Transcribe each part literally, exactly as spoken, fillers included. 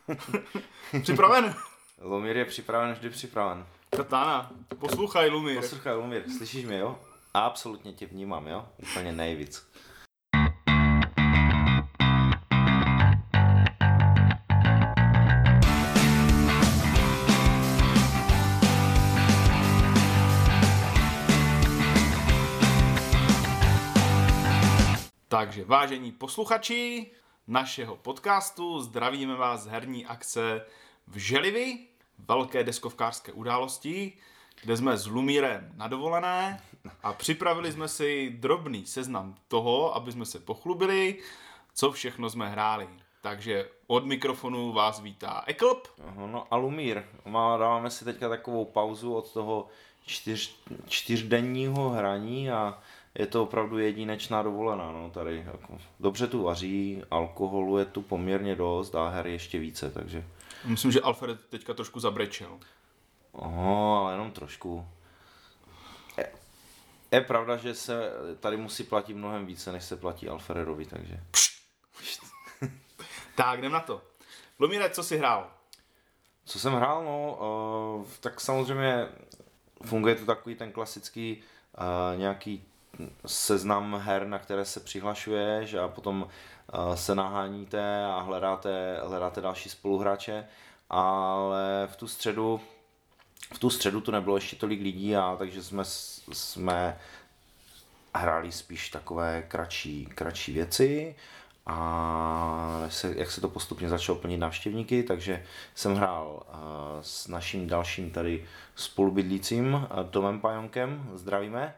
Připraven? Lumír je připraven, vždy připraven. Katána, poslouchaj Lumír. Poslouchaj Lumír, slyšíš mě, jo? Absolutně tě vnímám, jo? Úplně nejvíc. Takže vážení posluchači našeho podcastu, zdravíme vás z herní akce v Želivi, velké deskovkářské události, kde jsme s Lumírem na dovolené a připravili jsme si drobný seznam toho, aby jsme se pochlubili, co všechno jsme hráli. Takže od mikrofonu vás vítá Eklb. No a Lumír, dáváme si teďka takovou pauzu od toho čtyř, čtyřdenního hraní a je to opravdu jedinečná dovolená, no, tady jako dobře tu vaří, alkoholu je tu poměrně dost a her ještě více, takže... Myslím, že Alfred teďka trošku zabrečel. Oho, ale jenom trošku. Je, je pravda, že se tady musí platit mnohem více, než se platí Alfredovi, takže... Tak, jdem na to. Lumíre, co jsi hrál? Co jsem hrál, no, uh, tak samozřejmě funguje to takový ten klasický uh, nějaký seznam her, na které se přihlašuješ a potom uh, se naháníte a hledáte, hledáte další spoluhráče, ale v tu středu v tu středu tu nebylo ještě tolik lidí a takže jsme, jsme hráli spíš takové kratší, kratší věci a se, jak se to postupně začalo plnit návštěvníky, takže jsem hrál uh, s naším dalším tady spolubydlícím uh, Tomem Pajonkem, zdravíme.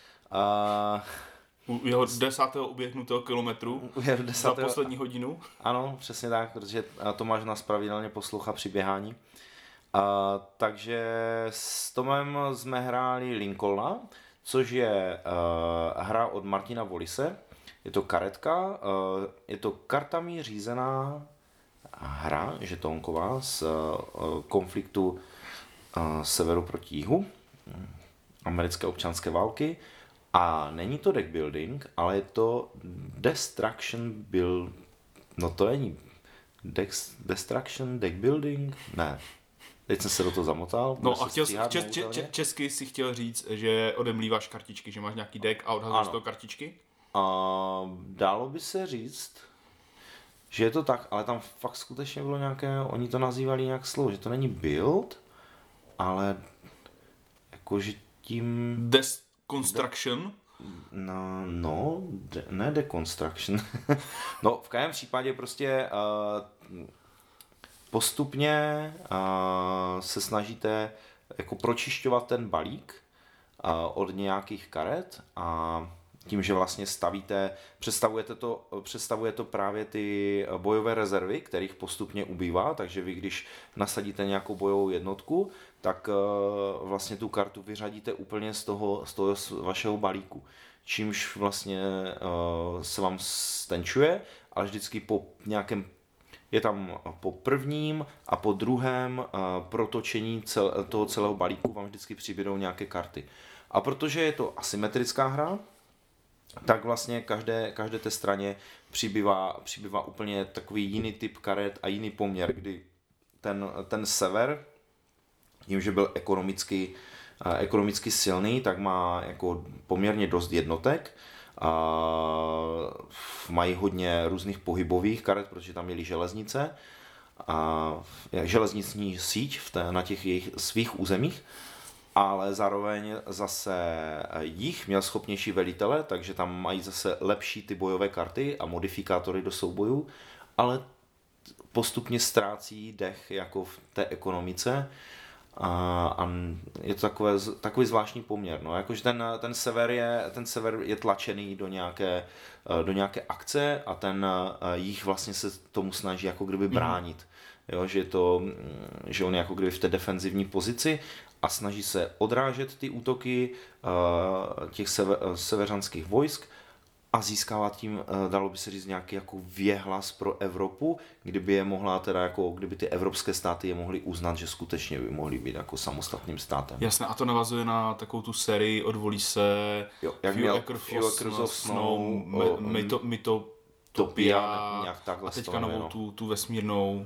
Uh, U jeho desátého uběhnutého kilometru u jeho desátého... za poslední hodinu. Ano, přesně tak, protože Tomáš nás pravidelně poslouchá při běhání. Uh, takže s Tomem jsme hráli Lincolna, což je uh, hra od Martina Volise. Je to karetka, uh, je to kartami řízená hra, žetonková z uh, konfliktu uh, severu proti jihu, americké občanské války. A není to deck building, ale je to destruction build... No to není... Dex, destruction, deck building? Ne. Teď jsem se do toho zamotal. No a chtěl, čes, čes, čes, česky si chtěl říct, že odemlíváš kartičky, že máš nějaký deck a odhazuješ toho kartičky? Uh, dálo by se říct, že je to tak, ale tam fakt skutečně bylo nějaké... Oni to nazývali nějak slovo, že to není build, ale jakože tím... Des... Construction? De, no, no de, ne deconstruction. No, v každém případě prostě uh, postupně uh, se snažíte jako pročišťovat ten balík uh, od nějakých karet a tím, že vlastně stavíte, představujete to, představuje to právě ty bojové rezervy, kterých postupně ubývá, takže vy když nasadíte nějakou bojovou jednotku, tak uh, vlastně tu kartu vyřadíte úplně z toho, z toho vašeho balíku. Čímž vlastně uh, se vám stenčuje, ale vždycky po nějakém, je tam po prvním a po druhém uh, protočení cel, toho celého balíku vám vždycky přibydou nějaké karty. A protože je to asymetrická hra, tak vlastně každé, každé té straně přibývá, přibývá úplně takový jiný typ karet a jiný poměr, kdy ten, ten sever, tím, že byl ekonomicky, eh, ekonomicky silný, tak má jako poměrně dost jednotek. A mají hodně různých pohybových karet, protože tam měli železnice a železniční síť v té, na těch jejich svých územích. Ale zároveň zase jich měl schopnější velitele, takže tam mají zase lepší ty bojové karty a modifikátory do soubojů, ale postupně ztrácí dech jako v té ekonomice a, a je to takové, takový zvláštní poměr. No. Jakože ten, ten, sever je, ten sever je tlačený do nějaké, do nějaké akce a ten jich vlastně se tomu snaží jako kdyby bránit. Jo, že, to, že on je jako kdyby v té defenzivní pozici a snaží se odrážet ty útoky uh, těch sever, severanských vojsk a získávat tím, uh, dalo by se říct, nějaký jako věhlas pro Evropu, kdyby je mohla teda jako, kdyby ty evropské státy je mohly uznat, že skutečně by mohly být jako samostatným státem. Jasné, a to navazuje na takovou tu sérii od Volise, jo, jak Few měl Acres Few Acres of Snow, Mytopia a teďka novou tu, tu vesmírnou.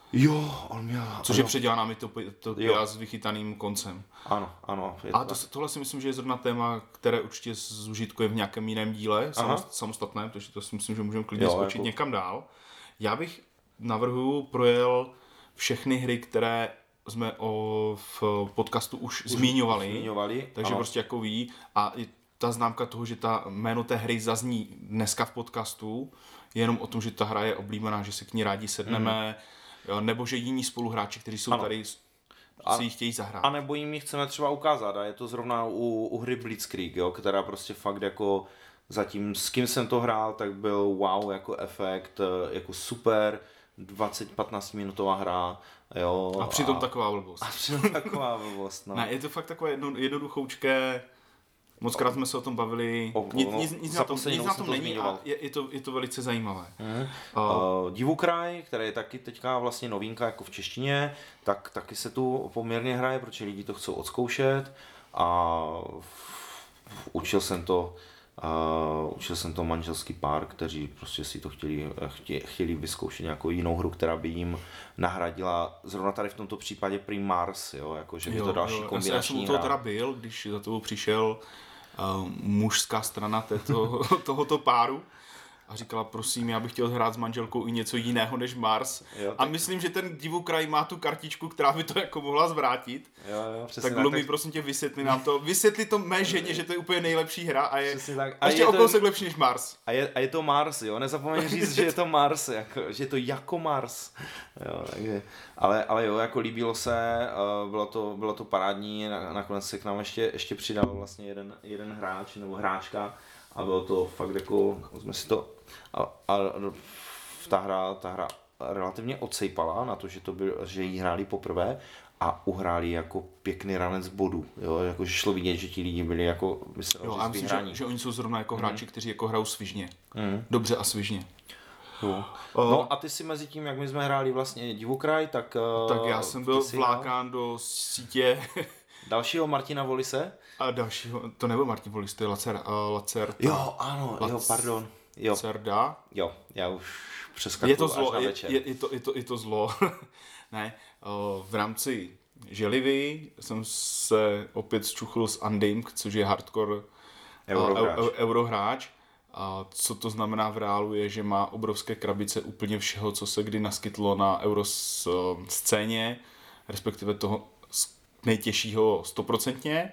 Jo, on měl... Což je předělaná mytopia s vychytaným koncem. Ano, ano. A to, tohle si myslím, že je zrovna téma, které určitě zúžitkujeme v nějakém jiném díle, Aha. samostatném, takže to si myslím, že můžeme klidně jo, skočit jako... někam dál. Já bych navrhuji projel všechny hry, které jsme o, v podcastu už, už zmiňovali, zmiňovali, takže ano. prostě jako ví. A i ta známka toho, že ta jméno té hry zazní dneska v podcastu, je jenom o tom, že ta hra je oblíbená, že se k ní rádi sedneme, mm. nebo že jiní spoluhráči, kteří jsou ano. tady, si ji chtějí zahrát. A nebo jim ji chceme třeba ukázat a je to zrovna u, u hry Blitzkrieg, jo, která prostě fakt jako zatím, s kým jsem to hrál, tak byl wow jako efekt, jako super, dvacet patnáct minutová hra, jo. A přitom a, taková blbost. A přitom taková blbost, no. Ne, je to fakt takové jedno, jednoduchoučké, mockrát jsme se o tom bavili, o, nic, nic, nic na tom, nic na tom není a je, je, to, je to velice zajímavé. Mm. Uh, Divukraj, který je taky teďka vlastně novinka jako v češtině, tak taky se tu poměrně hraje, protože lidi to chcou odzkoušet a učil jsem to Uh, učil jsem to manželský pár, kteří prostě si to chtěli, chtě, chtěli vyzkoušet nějakou jinou hru, která by jim nahradila, zrovna tady v tomto případě Prim Mars, jo, jako že by to další jo, kombinační hra. Já jsem u toho teda byl, když za toho přišel uh, mužská strana této, tohoto páru a říkala, prosím, já bych chtěl hrát s manželkou i něco jiného než Mars. Jo, tak... A myslím, že ten Divukraj má tu kartičku, která by to jako mohla zvrátit. Jo, jo, tak Lumi, tak... prosím tě, vysvětli nám to. Vysvětli to mé ženě, že to je úplně nejlepší hra a je tak. A ještě je o kousek to... lepší než Mars. A je, a je to Mars, jo, nezapomeň říct, že je to Mars, jako, že je to jako Mars. Jo, takže, ale, ale jo, jako líbilo se, bylo to, bylo to parádní, nakonec se k nám ještě, ještě přidal vlastně jeden, jeden hráč nebo hráčka a bylo to fakt jako, jsme si to A, a ta hra, ta hra relativně odsejpala na to, že, to byl, že jí hráli poprvé a uhráli jako pěkný ranec bodů. Jo? Jako, že šlo vidět, že ti lidi byli jako jo, a myslím, že, že oni jsou zrovna jako hráči, mm. kteří jako hrajou svižně. Mm. Dobře a svižně. Jo. No a ty si mezi tím, jak my jsme hráli vlastně Divukraj, tak... Tak já jsem byl vlákán do sítě... Dalšího Martina Volise? A dalšího, to nebyl Martin Volis, to je Lacer, uh, Lacerta. Jo, ano, Lac... jo, pardon. Jo. Cerda. Jo, já už přeskakuju je to zlo, až na večer. Je, je, to, je, to, je to zlo. ne, uh, v rámci Želivy jsem se opět zčuchl s Andym, což je hardcore eurohráč. Uh, eurohráč. A co to znamená v reálu je, že má obrovské krabice úplně všeho, co se kdy naskytlo na euroscéně, respektive toho nejtěžšího stoprocentně.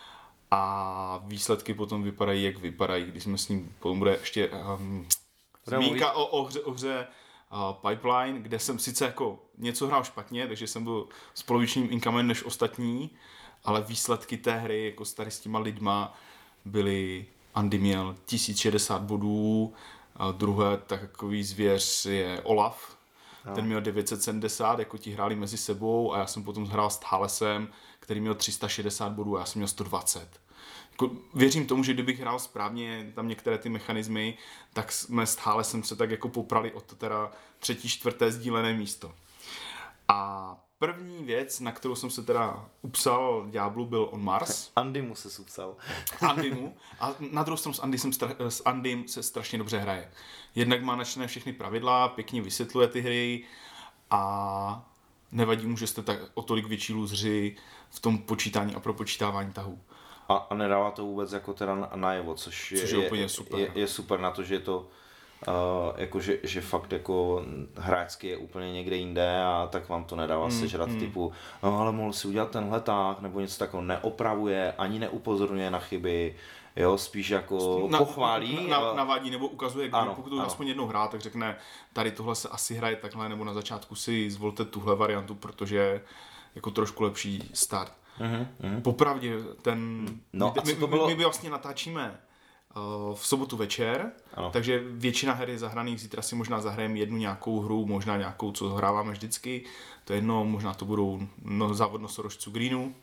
A výsledky potom vypadají, jak vypadají, když jsme s ním, potom bude ještě um, zmínka o, o hře, o hře uh, Pipeline, kde jsem sice jako něco hrál špatně, takže jsem byl s polovičním inkamem než ostatní, ale výsledky té hry jako s tady s těma lidma byly, Andy měl tisíc šedesát bodů, a druhé takový zvěř je Olaf, no. Ten měl devět set sedmdesát, jako ti hráli mezi sebou a já jsem potom hrál s Thalesem, který měl tři sta šedesát bodů a já jsem měl sto dvacet. Jako, věřím tomu, že kdybych hrál správně tam některé ty mechanismy, tak jsme s Thalesem se tak jako poprali o to teda třetí, čtvrté sdílené místo. A první věc, na kterou jsem se teda upsal Ďáblu, byl On Mars. Andymu se upsal. Andymu. A na druhou stranu s, Andy jsem stra- s Andym se strašně dobře hraje. Jednak má načtené všechny pravidla, pěkně vysvětluje ty hry a nevadí mu, že jste tak o tolik větší lůzři v tom počítání a propočítávání tahů. A, a nedává to vůbec jako teda najevo, což je, což je, je úplně super. Je, je super na to, že je to uh, jako, že, že fakt jako hráčsky je úplně někde jinde a tak vám to nedává mm, sežrat mm. typu no ale mohl si udělat tenhle tah nebo něco takového, neopravuje, ani neupozorňuje na chyby, jo, spíš jako na, pochválí. Na, na, navádí nebo ukazuje, kdy, ano, pokud to aspoň jednou hrá, tak řekne, tady tohle se asi hraje takhle, nebo na začátku si zvolte tuhle variantu, protože je jako trošku lepší start. Uhum, uhum. Popravdě, ten, no, my, to bylo? my, my vlastně natáčíme uh, v sobotu večer, ano. Takže většina her je zahraných, zítra si možná zahrajeme jednu nějakou hru, možná nějakou, co hráváme vždycky, to je jedno, možná to budou no, závod nosorožců Greenu.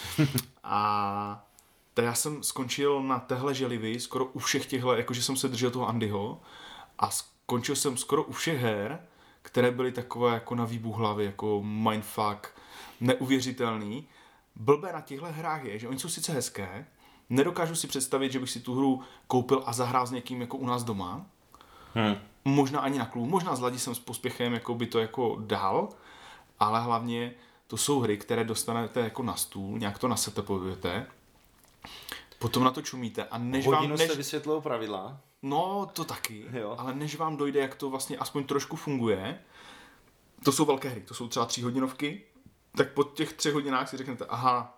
A tak já jsem skončil na téhle Želivy skoro u všech těchhle, jakože jsem se držel toho Andyho a skončil jsem skoro u všech her, které byly takové jako na výbuch hlavy, jako mindfuck, neuvěřitelný. Blbé na těchto hrách je, že oni jsou sice hezké, nedokážu si představit, že bych si tu hru koupil a zahrál s někým jako u nás doma. Hmm. Možná ani na klub, možná s Ladisem s pospěchem jako by to jako dal, ale hlavně to jsou hry, které dostanete jako na stůl, nějak to nasetupujete, potom na to čumíte a než Hodinu vám... Než... jste vysvětlil pravidla. No, to taky, jo. Ale než vám dojde, jak to vlastně aspoň trošku funguje, to jsou velké hry, to jsou třeba tříhodinovky, tak po těch třech hodinách si řeknete, aha,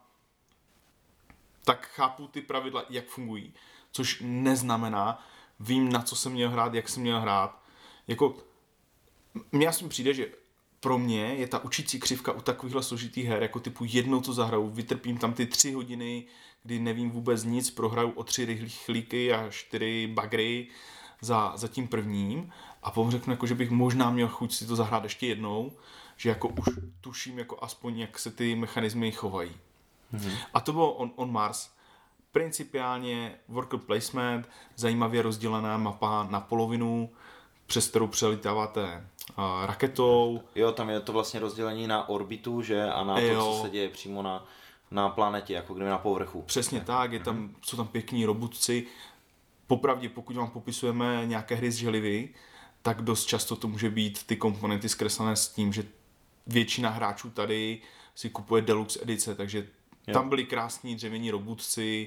tak chápu ty pravidla, jak fungují, což neznamená, vím, na co jsem měl hrát, jak jsem měl hrát. Jako, mně asi přijde, že pro mě je ta učící křivka u takovýchhle složitých her, jako typu jednou to zahraju, vytrpím tam ty tři hodiny, kdy nevím vůbec nic, prohraju o tři rychlíky a čtyři bagry za, za tím prvním a potom řeknu, jako, že bych možná měl chuť si to zahrát ještě jednou, že jako už tuším jako aspoň, jak se ty mechanismy chovají. Mm-hmm. A to bylo on, on Mars. Principiálně worker placement, zajímavě rozdělená mapa na polovinu, přes kterou přelítáváte uh, raketou. Jo, tam je to vlastně rozdělení na orbitu, že? A na to, jo. co se děje přímo na, na planetě, jako kdyby na povrchu. Přesně tak, je tam, mm-hmm. jsou tam pěkní robotci. Popravdě, pokud vám popisujeme nějaké hry z želivy, tak dost často to může být ty komponenty zkreslené s tím, že většina hráčů tady si kupuje deluxe edice, takže jo. Tam byli krásní dřevění robotci,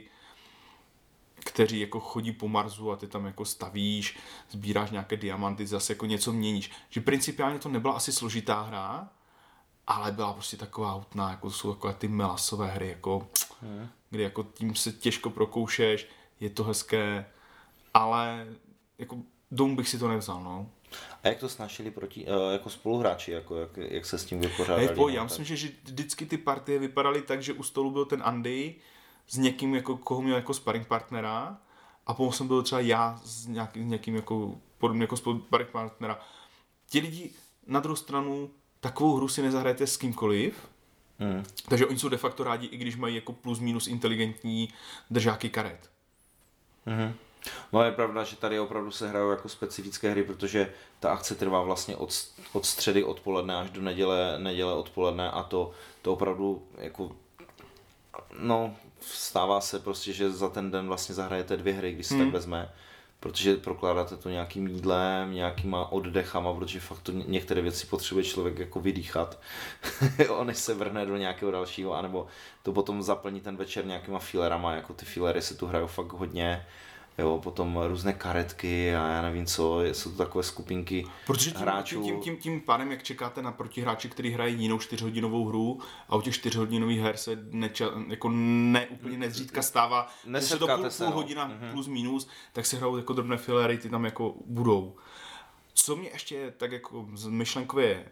kteří jako chodí po Marsu a ty tam jako stavíš, sbíráš nějaké diamanty, zase jako něco měníš. Že principiálně to nebyla asi složitá hra, ale byla prostě taková hutná, jako jsou takové ty melasové hry, jako, hmm. kdy jako tím se těžko prokoušeš, je to hezké, ale jako domů bych si to nevzal, no. A jak to snažili proti, jako spoluhráči, jako jak, jak se s tím vypořádali? Hej, já myslím, že, že vždycky ty partie vypadaly tak, že u stolu byl ten Andy s někým, jako, koho měl jako sparring partnera a potom jsem byl třeba já s nějakým, někým jako, podobně jako sparring partnera. Ti lidi na druhou stranu takovou hru si nezahrajete s kýmkoliv, hmm. takže oni jsou de facto rádi, i když mají jako plus minus inteligentní držáky karet. Hmm. No je pravda, že tady opravdu se hrajou jako specifické hry, protože ta akce trvá vlastně od, od středy odpoledne až do neděle, neděle odpoledne a to, to opravdu jako, no stává se prostě, že za ten den vlastně zahrajete dvě hry, když se hmm. tak vezme, protože prokládáte to nějakým jídlem, nějakýma oddechama, protože fakt to některé věci potřebuje člověk jako vydýchat, než se vrhne do nějakého dalšího, anebo to potom zaplní ten večer nějakýma filerama, jako ty filery se tu hrajou fakt hodně. Jo, potom různé karetky a já nevím co, jsou to takové skupinky Protože tím, hráčů. Tím, tím, tím pádem, jak čekáte na protihráči, který hrají jinou čtyřhodinovou hru a u těch čtyřhodinových her se neča, jako ne, úplně nezřídka stává, že se to půl, půl hodina no. plus minus, tak se hrajou jako drobné filery, ty tam jako budou. Co mě ještě tak jako myšlenkově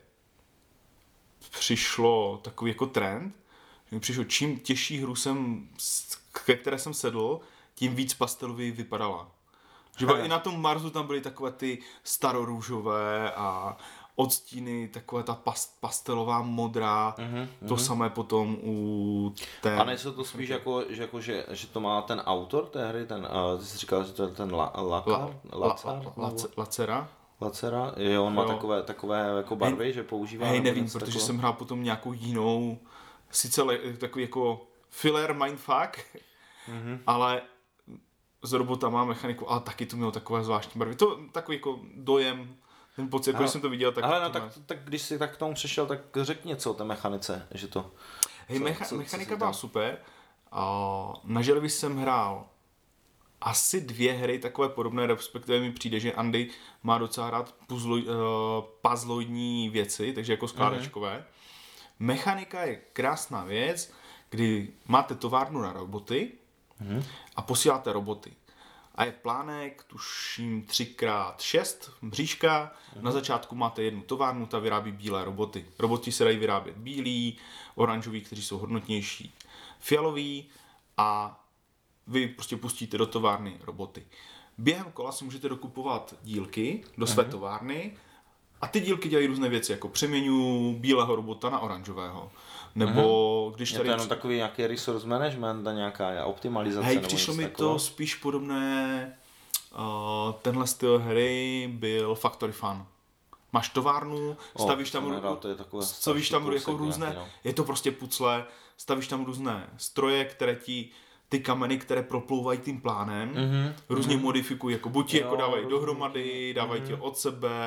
přišlo takový jako trend, že mi přišlo, čím těžší hru jsem, ke které jsem sedl, tím víc pastelový vypadala. Že i na tom Marsu tam byly takové ty starorůžové a odstíny, takové ta past, pastelová modrá, uh-huh, to uh-huh. samé potom u té... A nejsou to spíš jako, že, jako že, že to má ten autor té hry, ten, uh, ty jsi říkal, že to je ten la, Lakar? La, la, la, la, Lacera? Lacera? Jo, on jo. má takové, takové jako barvy, hej, že používá... Hej, nevím, protože takovou? jsem hrál potom nějakou jinou, sice le, takový jako filler mindfuck, uh-huh. ale s robotama, mechaniku, ale taky to mělo takové zvláštní barvy. To takový jako dojem, ten pocit, jako když jsem to viděl, tak... Ale no, tak, tak když jsi tak k tomu přišel, tak řekni něco o té mechanice, že to... Hej, mecha- co, mechanika co byla tam... super. Uh, na želvy jsem hrál asi dvě hry takové podobné, respektive mi přijde, že Andy má docela rád puzzlo, uh, puzzloidní věci, takže jako skládačkové. Mm-hmm. Mechanika je krásná věc, kdy máte továrnu na roboty, Hmm. a posíláte roboty. A je plánek, tuším tři krát šest bříška. Hmm. Na začátku máte jednu továrnu, ta vyrábí bílé roboty. Roboti se dají vyrábět bílí, oranžoví, kteří jsou hodnotnější, fialoví a vy prostě pustíte do továrny roboty. Během kola si můžete dokupovat dílky do své hmm. továrny a ty dílky dělají různé věci, jako přeměňuji bílého robota na oranžového. Nebo když tady... Je to jenom takový nějaký resource management a nějaká optimalizace? Hej, přišlo mi to spíš podobné, uh, tenhle styl hry byl Factory Fun. Máš továrnu, stavíš tam, nedal, to je takové, stavíš tam jako různé, nějaký, no. je to prostě pucle, stavíš tam různé stroje, které ti ty kameny, které proplouvají tím plánem, mm-hmm, různě mm-hmm. modifikují, jako buď ti jako dávají dohromady, dávají mm-hmm. ti od sebe,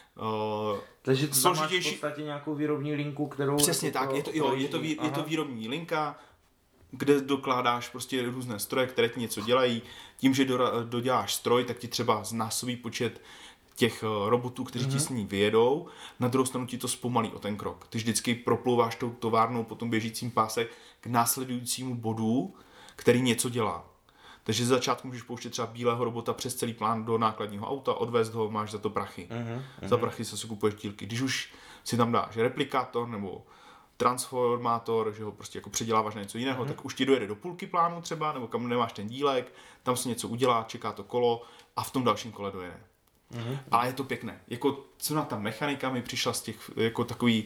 uh, Takže to složitější... máš v podstatě nějakou výrobní linku, kterou... Přesně tak, je to, jo, je, to, vý, je to výrobní linka, kde dokládáš prostě různé stroje, které ti něco dělají. Tím, že do, doděláš stroj, tak ti třeba znásobí počet těch robotů, kteří mm-hmm. ti s ní vyjedou, na druhou stranu ti to zpomalí o ten krok. Ty vždycky proplouváš tou továrnou po tom běžícím páse k následujícímu bodu, který něco dělá. Takže z začátku můžeš pouštět třeba bílého robota přes celý plán do nákladního auta, odvést ho, máš za to prachy. Mm-hmm. Za prachy se si kupuješ dílky. Když už si tam dáš replikátor nebo transformátor, že ho prostě jako předěláváš na něco jiného, mm-hmm. tak už ti dojede do půlky plánu třeba, nebo kam nemáš ten dílek, tam se něco udělá, čeká to kolo a v tom dalším kole dojede. Mm-hmm. Ale je to pěkné. Jako co na ta mechanika mi přišla z těch, jako takový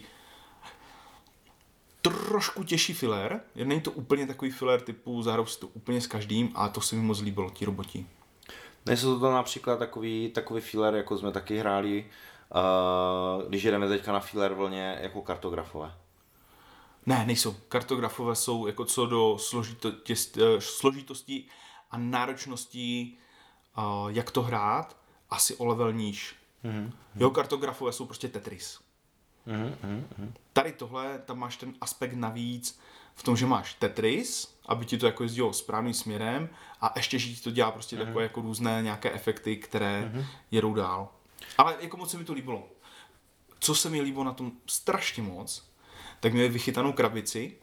trošku těžší filér. Není to úplně takový filér typu zahrou si to úplně s každým, ale to se mi moc líbilo, ti roboti. Nejsou to například takový, takový filér, jako jsme taky hráli, uh, když jedeme teďka na filér vlně jako kartografové. Ne, nejsou. Kartografové jsou jako co do složitosti, složitosti a náročnosti, uh, jak to hrát, asi o level níž. Mm-hmm. Jo, kartografové jsou prostě Tetris. Mm-hmm. Tady tohle, tam máš ten aspekt navíc v tom, že máš Tetris, aby ti to jako jezdilo správným směrem a ještě, že ti to dělá prostě mm-hmm. takové jako různé nějaké efekty, které mm-hmm. jedou dál. Ale jako moc se mi to líbilo. Co se mi líbilo na tom strašně moc, tak měli vychytanou krabici.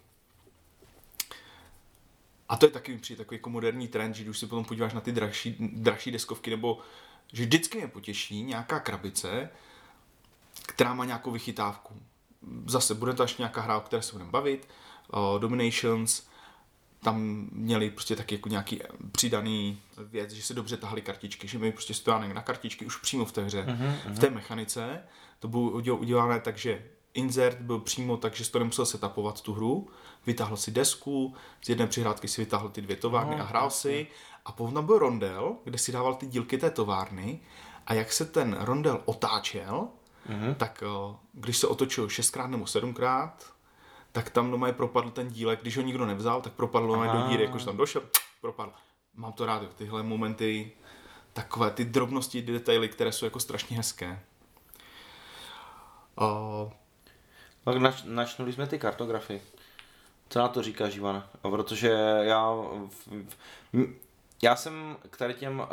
A to je taky přijde takový jako moderní trend, že když si potom podíváš na ty dražší, dražší deskovky, nebo že vždycky mě potěší nějaká krabice, která má nějakou vychytávku. Zase bude to až nějaká hra, o které se budeme bavit. Uh, Dominations, tam měli prostě taky jako nějaký přidaný věc, že se dobře tahly kartičky, že měli prostě stojánek na kartičky už přímo v té hře. Uh-huh, uh-huh. V té mechanice to bylo udělané tak, že insert byl přímo tak, že jsi to nemusel setupovat tu hru, vytáhl si desku, z jedné přihrádky si vytáhl ty dvě továrny no, a hrál si a potom tam byl rondel, kde si dával ty dílky té továrny a jak se ten rondel otáčel, mm-hmm. tak když se otočil šestkrát nebo sedmkrát, tak tam doma je propadl ten dílek, když ho nikdo nevzal, tak propadl do díry, jakože tam došel, propadl. Mám to rád, tyhle momenty, takové ty drobnosti, detaily, které jsou jako strašně hezké. Uh, Tak nač, načnuli jsme ty kartografy. Co na to říkáš, Ivana? Protože já, já jsem k tady těm,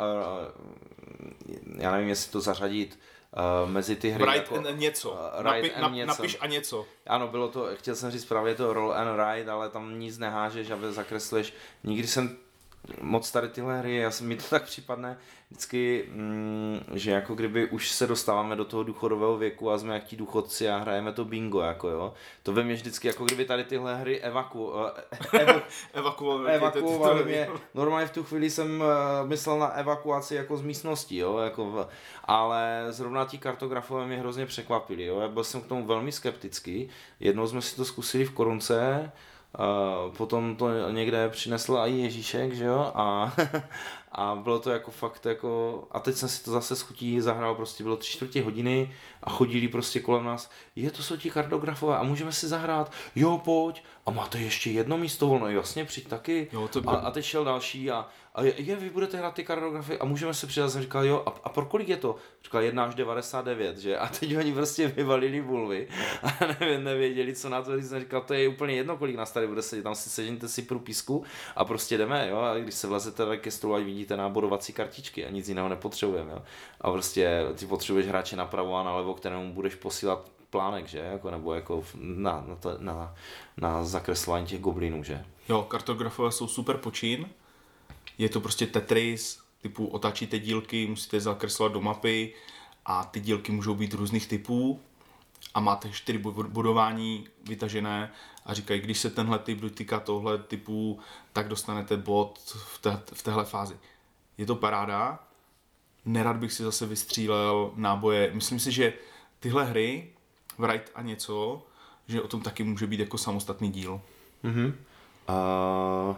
já nevím, jestli to zařadit mezi ty hry. Write jako, and něco. Napi, and nap, něco. Napiš a něco. Ano, bylo to, chtěl jsem říct právě to roll and write, ale tam nic nehážeš a zakresluješ. Nikdy jsem moc tady tyhle hry, já jsem, mi to tak připadne vždycky, mm, že jako kdyby už se dostáváme do toho důchodového věku a jsme jak ti důchodci a hrajeme to bingo, jako jo. To ve mně vždycky, jako kdyby tady tyhle hry evaku, evo, evakuovaly mě. Normálně v tu chvíli jsem myslel na evakuaci jako z místnosti, jo, jako, ale zrovna ti kartografové mě hrozně překvapili, jo. Já byl jsem k tomu velmi skeptický. Jednou jsme si to zkusili v Korunce, Uh, potom to někde přinesl i Ježíšek, že jo, a, a bylo to jako fakt jako, a teď jsem si to zase s chutí zahrál, prostě bylo tři čtvrtě hodiny a chodili prostě kolem nás, je to jsou ti kartografové a můžeme si zahrát, jo pojď, a máte ještě jedno místo volno, jasně, přijď taky, jo, to by... a, a teď šel další a, a je, je, vy budete hrát ty kartografy a můžeme se přidat, jsem říkal, jo, a, a pro kolik je to? Říkal jedna až devadesát devět, že, a teď oni prostě vyvalili bulvy a nevěděli, co na to, když jsem říkal, to je úplně jedno, kolik nás tady bude sedět, tam si sežeňte si průpisku a prostě jdeme, jo, a když se vlezete ke stolu, ať vidíte nábodovací kartičky a nic jiného nepotřebujeme, jo, a prostě ty potřebuješ hráče napravo a nalevo, kterému budeš posílat plánek, že, jako, nebo jako na, na, to, na, na zakreslování těch goblinů, že. Jo, kartografové jsou super počin, je to prostě Tetris, typu otáčíte dílky, musíte zakreslovat do mapy a ty dílky můžou být různých typů a máte čtyři bodování vytažené a říkají, když se tenhle typ dotýká tohle typu, tak dostanete bod v, te, v téhle fázi. Je to paráda, nerad bych si zase vystřílel náboje, myslím si, že tyhle hry, Write a něco, že o tom taky může být jako samostatný díl. Mhm. Uh...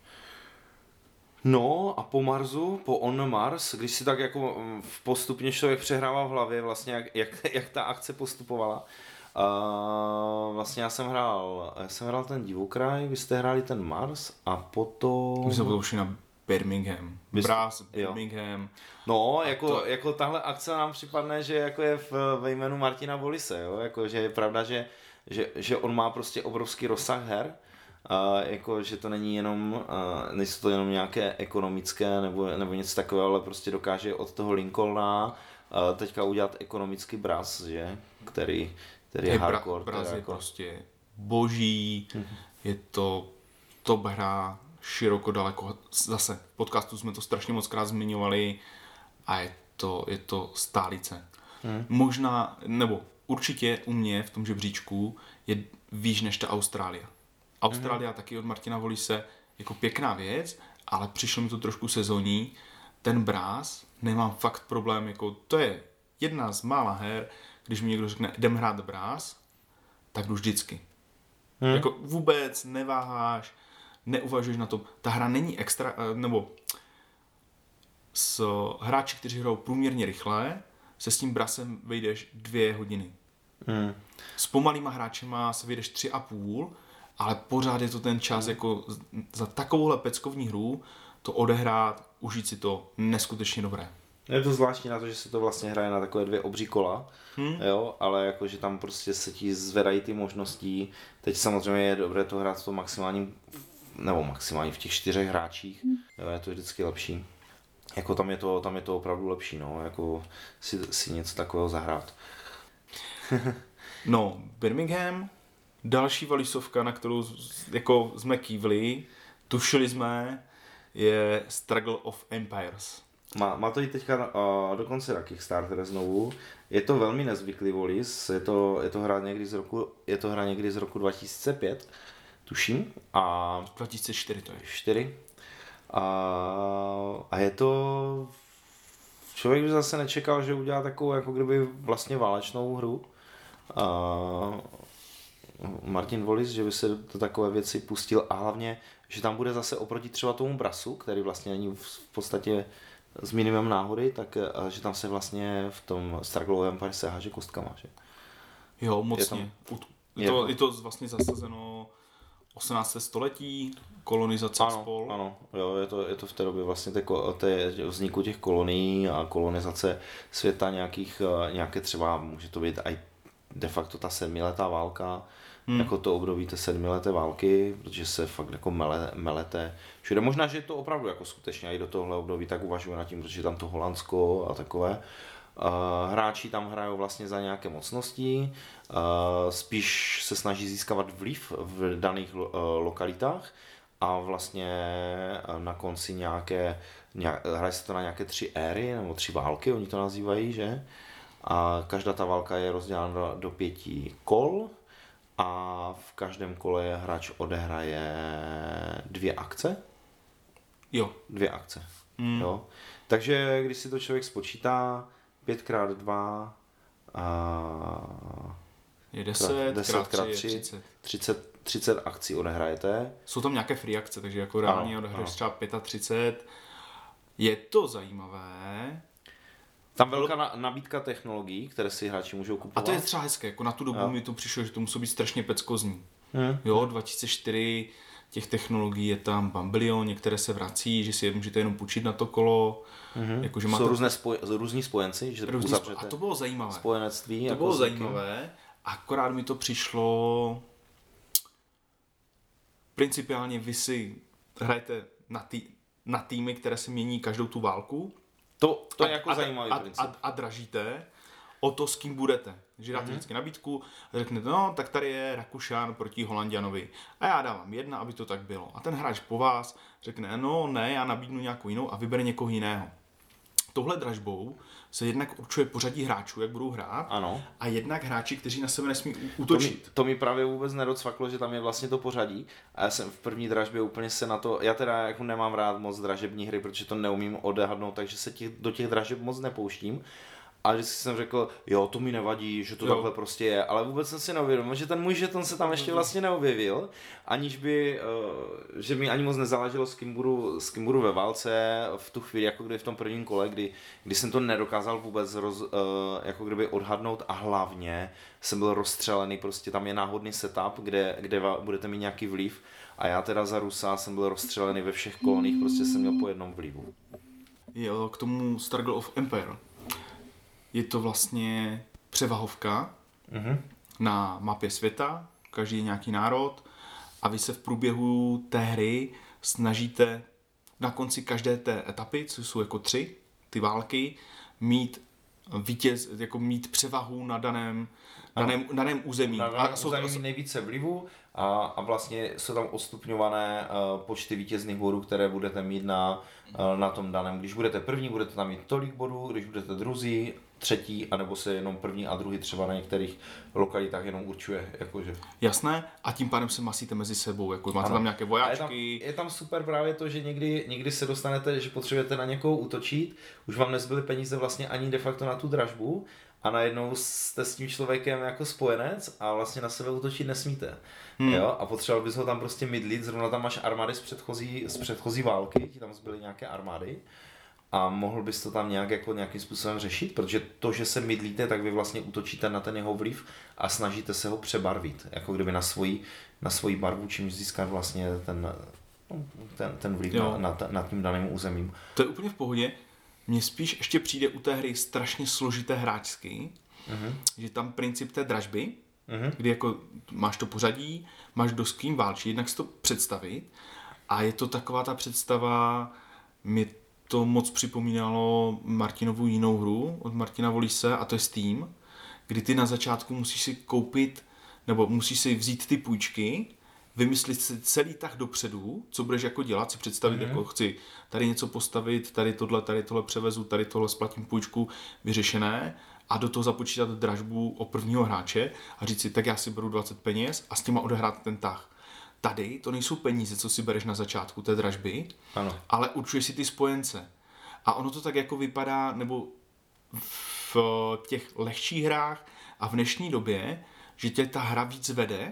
No a po Marsu, po On Mars, když si tak jako postupně člověk přehrává v hlavě vlastně, jak, jak, jak ta akce postupovala. Uh, vlastně já jsem hrál, já jsem hrál ten Divokraj, vy jste hráli ten Mars a potom... My jsme potom šli na Birmingham. Bys- Brass, jo. Birmingham. No, jako, to- jako tahle akce nám připadne, že jako je v, ve jménu Martina Wallise, jo, jako, že je pravda, že, že, že on má prostě obrovský rozsah her, a jako, že to není jenom, a nejsou to jenom nějaké ekonomické nebo, nebo něco takového, ale prostě dokáže od toho Lincolna a teďka udělat ekonomický brass, že, který, který je Hey, hardcore. Bra- Brass teda je jako, prostě boží, je to top hra, široko daleko, zase v podcastu jsme to strašně moc krát zmiňovali a je to, je to stálice. Hmm. Možná, nebo určitě u mě v tom žebříčku je výš než ta Austrálie. Austrálie hmm. taky od Martina Wallise jako pěkná věc, ale přišlo mi to trošku sezónní. Ten Brass, nemám fakt problém, jako to je jedna z mála her, když mi někdo řekne, jdem hrát Brass, tak jdu vždycky. Hmm. Jako vůbec neváháš, neuvažuješ na tom. Ta hra není extra, nebo s hráči, kteří hrajou průměrně rychle, se s tím Brassem vejdeš dvě hodiny. Hmm. S pomalýma hráčema se vejdeš tři a půl, ale pořád je to ten čas jako za takovouhle peckovní hru to odehrát, užít si to neskutečně dobré. Je to zvláštní na to, že se to vlastně hraje na takové dvě obří kola, Hmm. jo, ale jakože tam prostě se ti zvedají ty možnosti. Teď samozřejmě je dobré to hrát v tom maximálním, nebo maximálně v těch čtyřech hráčích, jo, je to vždycky lepší. Jako tam je to, tam je to opravdu lepší, no, jako si, si něco takového zahrát. No, Birmingham, další valisovka, na kterou z- jako jsme kývli, tušili jsme, je Struggle of Empires. Má, má to jít teďka uh, dokonce na Kickstarter znovu. Je to velmi nezvyklý Wallis, je to, je to hra někdy z roku, je to hra někdy z roku dva tisíce pět, tuším, a dva tisíce čtyři to je. čtyři. A, a je to, člověk by zase nečekal, že udělá takovou jako kdyby vlastně válečnou hru. A Martin Wallis, že by se do takové věci pustil a hlavně, že tam bude zase oproti třeba tomu Brassu, který vlastně není v podstatě s minimem náhody, tak a že tam se vlastně v tom Struggle of Empires se háže kostkama, že? Jo, mocně. Je, je, to, je to vlastně zasazeno osmnácté století, kolonizace ano, spol. Ano, jo, je to, je to v té době vlastně té, té vzniku těch kolonií a kolonizace světa nějakých, nějaké třeba, může to být i de facto ta sedmiletá válka, hmm. jako to období té sedmileté války, protože se fakt jako mele, melete všude. Možná, že je to opravdu jako skutečně i do tohle období, tak uvažuji nad tím, protože tam to Holandsko a takové. Uh, hráči tam hrajou vlastně za nějaké mocnosti, uh, spíš se snaží získávat vliv v daných uh, lokalitách a vlastně na konci nějaké, nějak, hraje se to na nějaké tři éry nebo tři války, oni to nazývají, že? A každá ta válka je rozdělena do, do pěti kol a v každém kole hráč odehraje dvě akce. Jo. Dvě akce, Mm. jo. Takže když si to člověk spočítá, pět krát dva a Je deset, deset krát krát tři je tři, třicet. třicet, třicet akcí odehrajete. Jsou tam nějaké free akce, takže jako reálně Ano, odehraješ ano. třeba třicet pět. Je to zajímavé. Tam velká na, nabídka technologií, které si hráči můžou kupovat. A to je třeba hezké, jako na tu dobu Jo. mi to přišlo, že to musí být strašně peckozní. Hmm. Jo, dva tisíce čtyři, těch technologií je tam bambilion, některé se vrací, že si je můžete jenom půjčit na to kolo. Mm-hmm. Jako, že Jsou máte různé spoj, různí spojenci, že různý uzavřete spo- A to bylo zajímavé. spojenectví. To jako bylo s někým. zajímavé, akorát mi to přišlo principiálně vy si hrajete na, tý, na týmy, které se mění každou tu válku. To, to je a, jako a, zajímavý a, princip. a, a dražíte o to, s kým budete. Že dáte mm-hmm. vždycky nabídku a řeknete, no, tak tady je Rakušan proti Holanďanovi. A já dávám jedna, aby to tak bylo. A ten hráč po vás řekne, no ne, já nabídnu nějakou jinou a vybere někoho jiného. Touhle dražbou se jednak určuje pořadí hráčů, jak budou hrát, Ano. a jednak hráči, kteří na sebe nesmí To mi, útočit. to mi právě vůbec nedocvaklo, že tam je vlastně to pořadí. A já jsem v první dražbě úplně se na to, já teda jako nemám rád moc dražební hry, protože to neumím odhadnout, takže se těch, do těch dražeb moc nepouštím. A vždycky jsem řekl, jo, to mi nevadí, že to jo. takhle prostě je, ale vůbec jsem si neuvědomil, že ten můj žeton se tam ještě vlastně neobjevil, aniž by, uh, že mi ani moc nezáleželo, s kým budu, s kým budu ve válce v tu chvíli, jako kdy v tom prvním kole, kdy, kdy jsem to nedokázal vůbec roz, uh, jako kdyby odhadnout a hlavně jsem byl rozstřelený, prostě tam je náhodný setup, kde, kde budete mít nějaký vliv a já teda za Rusa jsem byl rozstřelený ve všech koloních, prostě jsem měl po jednom vlivu. Jo, k tomu Struggle of Empire. Je to vlastně převahovka mm-hmm. na mapě světa, každý je nějaký národ a vy se v průběhu té hry snažíte na konci každé té etapy, co jsou jako tři, ty války, mít vítěz, jako mít převahu na daném, daném, daném území. Na daném území mít nejvíce vlivu a, a vlastně jsou tam odstupňované uh, počty vítězných bodů, které budete mít na, uh, na tom daném. Když budete první, budete tam mít tolik bodů, když budete druzí, třetí, anebo se jenom první a druhý třeba na některých lokalitách jenom určuje. Jakože. Jasné, a tím pádem se masíte mezi sebou, jako máte ano. tam nějaké vojáčky. Je tam, je tam super právě to, že někdy, někdy se dostanete, že potřebujete na někoho útočit, už vám nezbyly peníze vlastně ani de facto na tu dražbu a najednou jste s tím člověkem jako spojenec a vlastně na sebe útočit nesmíte. Hmm. Jo? A potřeboval bys ho tam prostě mydlit, zrovna tam máš armády z předchozí, z předchozí války, ti tam zbyly nějaké armády. A mohl bys to tam nějak jako nějakým způsobem řešit, protože to, že se mydlíte, tak vy vlastně útočíte na ten jeho vliv a snažíte se ho přebarvit, jako kdyby na svoji, na svoji barvu, čímž získat vlastně ten, ten, ten vliv na, na, na tím daným územím. To je úplně v pohodě. Mně spíš ještě přijde u té hry strašně složité hráčsky, uh-huh. že tam princip té dražby, uh-huh. kdy jako máš to pořadí, máš kdo s kým válčí, jednak si to představit a je to taková ta představa, my to moc připomínalo Martinovu jinou hru od Martina Volise a to je Steam, kdy ty na začátku musíš si koupit, nebo musíš si vzít ty půjčky, vymyslet si celý tah dopředu, co budeš jako dělat, si představit, mm-hmm. jako chci tady něco postavit, tady tohle, tady tohle převezu, tady tohle splatím půjčku, vyřešené a do toho započítat dražbu o prvního hráče a říct si, tak já si beru dvacet peněz a s těma odehrát ten tah. Tady to nejsou peníze, co si bereš na začátku té dražby, ano. ale určuješ si ty spojence. A ono to tak jako vypadá, nebo v těch lehčích hrách a v dnešní době, že tě ta hra víc vede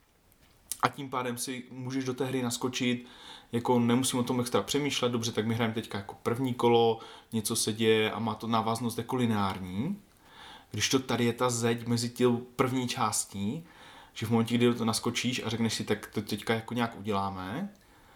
a tím pádem si můžeš do té hry naskočit, jako nemusím o tom extra přemýšlet, dobře, tak my hrajeme teďka jako první kolo, něco se děje a má to návaznost jako lineární. Když to tady je ta zeď mezi tím první částí, že v momentě, kdy to naskočíš a řekneš si, tak to teďka jako nějak uděláme,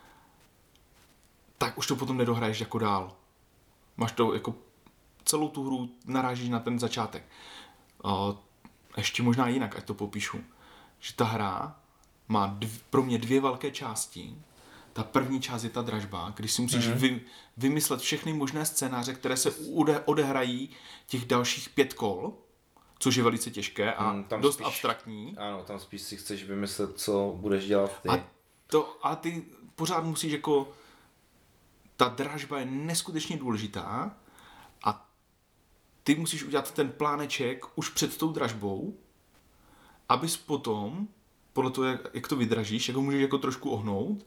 tak už to potom nedohraješ jako dál. Máš to jako celou tu hru narážíš na ten začátek. Uh, ještě možná jinak, ať to popíšu. Že ta hra má dv, pro mě dvě velké části. Ta první část je ta dražba, když si musíš mm-hmm. vy, vymyslet všechny možné scénáře, které se ode, odehrají těch dalších pět kol, což je velice těžké a hmm, dost spíš, abstraktní. Ano, tam spíš si chceš vymyslet, co budeš dělat ty. A, to, a ty pořád musíš jako... Ta dražba je neskutečně důležitá a ty musíš udělat ten pláneček už před tou dražbou, abys potom, podle toho, jak, jak to vydražíš, jak ho můžeš jako trošku ohnout,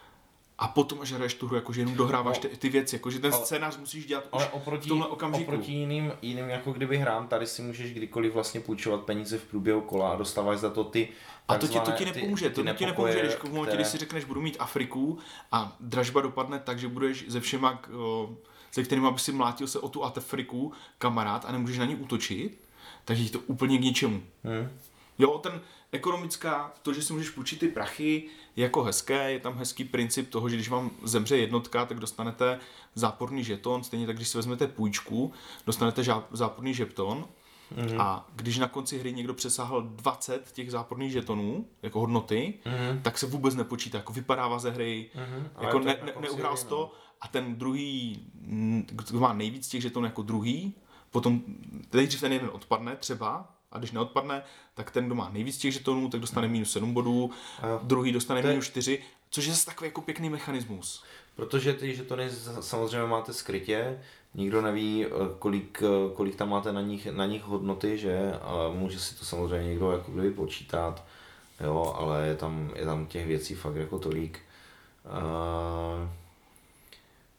a potom, až hraješ tu hru, jakože jenom dohráváš ty, ty věci, jakože ten ale, scénář musíš dělat už oproti, v tomhle okamžiku. Oproti jiným, jiným jako kdyby hrám, tady si můžeš kdykoliv vlastně půjčovat peníze v průběhu kola a dostáváš za to ty A to ti, to ti nepomůže, ty, ty to ti nepomůže, když v momentě, které... když si řekneš, budu mít Afriku a dražba dopadne tak, že budeš ze všema, se kterými by si mlátil se o tu Afriku kamarád a nemůžeš na ní útočit, takže je to úplně k ničemu. Hmm. Jo, ten ekonomická, to, že si můžeš půjčit ty prachy, je jako hezké, je tam hezký princip toho, že když vám zemře jednotka, tak dostanete záporný žeton, stejně tak, když si vezmete půjčku, dostanete žá, záporný žeton mm-hmm. a když na konci hry někdo přesáhl dvacet těch záporných žetonů, jako hodnoty, mm-hmm. tak se vůbec nepočítá, jako vypadává ze hry, mm-hmm. jako ne, ne, neuhrál jsi to a ten druhý, kdo má nejvíc těch žetonů jako druhý, potom nejdřív ten jeden odpadne třeba, a když neodpadne, tak ten, kdo má nejvíc těch žetonů, tak dostane minus sedm bodů, druhý dostane minus čtyři, což je takový jako pěkný mechanismus. Protože ty žetony samozřejmě máte skrytě, nikdo neví, kolik, kolik tam máte na nich, na nich hodnoty, že a může si to samozřejmě někdo jako kdyby počítat, jo, ale je tam, je tam těch věcí fakt jako tolik. Uh,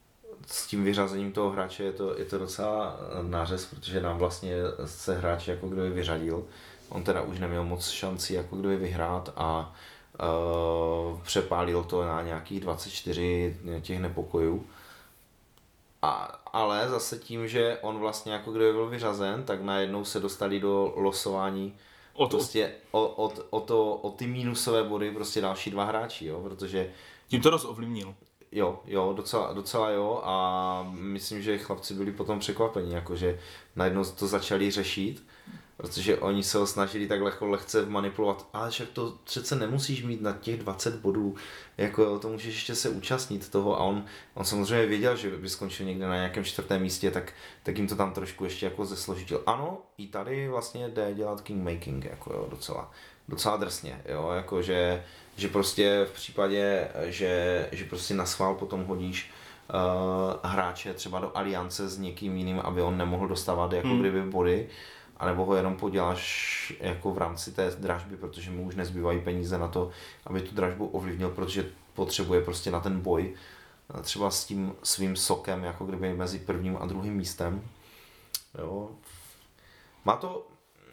s tím vyřazením toho hráče je to, je to docela nářez, protože nám vlastně se hráč jako kdyby vyřadil. On teda už neměl moc šancí jako kdyby vyhrát a uh, přepálil to na nějakých dvacet čtyři těch nepokojů. A, ale zase tím, že on vlastně jako kdyby byl vyřazen, tak najednou se dostali do losování o, to. Prostě o, o, o, to, o ty mínusové body prostě další dva hráči, jo, protože... Tím to dost ovlivnil. Jo, jo, docela, docela jo a myslím, že chlapci byli potom překvapení, jakože najednou to začali řešit, protože oni se ho snažili tak lehko lehce manipulovat, ale však to přece nemusíš mít na těch dvacet bodů, jako to můžeš ještě se účastnit toho a on, on samozřejmě věděl, že by skončil někde na nějakém čtvrtém místě, tak, tak jim to tam trošku ještě jako zesložitil. Ano, i tady vlastně jde dělat kingmaking, jako jo, docela, docela drsně, jo, jakože že prostě v případě, že, že prostě na schvál potom hodíš uh, hráče třeba do aliance s někým jiným, aby on nemohl dostávat jako hmm. kdyby body, anebo ho jenom poděláš jako v rámci té dražby, protože mu už nezbývají peníze na to, aby tu dražbu ovlivnil, protože potřebuje prostě na ten boj třeba s tím svým sokem, jako kdyby mezi prvním a druhým místem. Jo. Má to,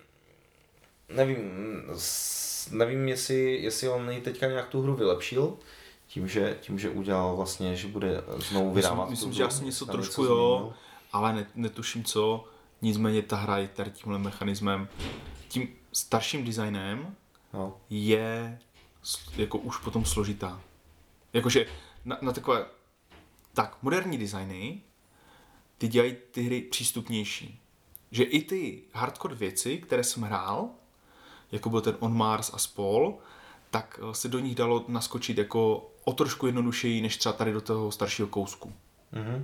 nevím, nevím, jestli, jestli on teďka nějak tu hru vylepšil, tím, že, tím, že udělal vlastně, že bude znovu vydávat. Myslím, myslím že asi něco trošku něco jo, změnil. Ale netuším co. Nicméně ta hra je tady tímhle mechanismem, tím starším designem no. je jako už potom složitá. Jakože na, na takové, tak moderní designy, ty dělají ty hry přístupnější. Že i ty hardcore věci, které jsem hrál, jako byl ten On Mars a spol, tak se do nich dalo naskočit jako o trošku jednodušeji, než třeba tady do toho staršího kousku. Mm-hmm.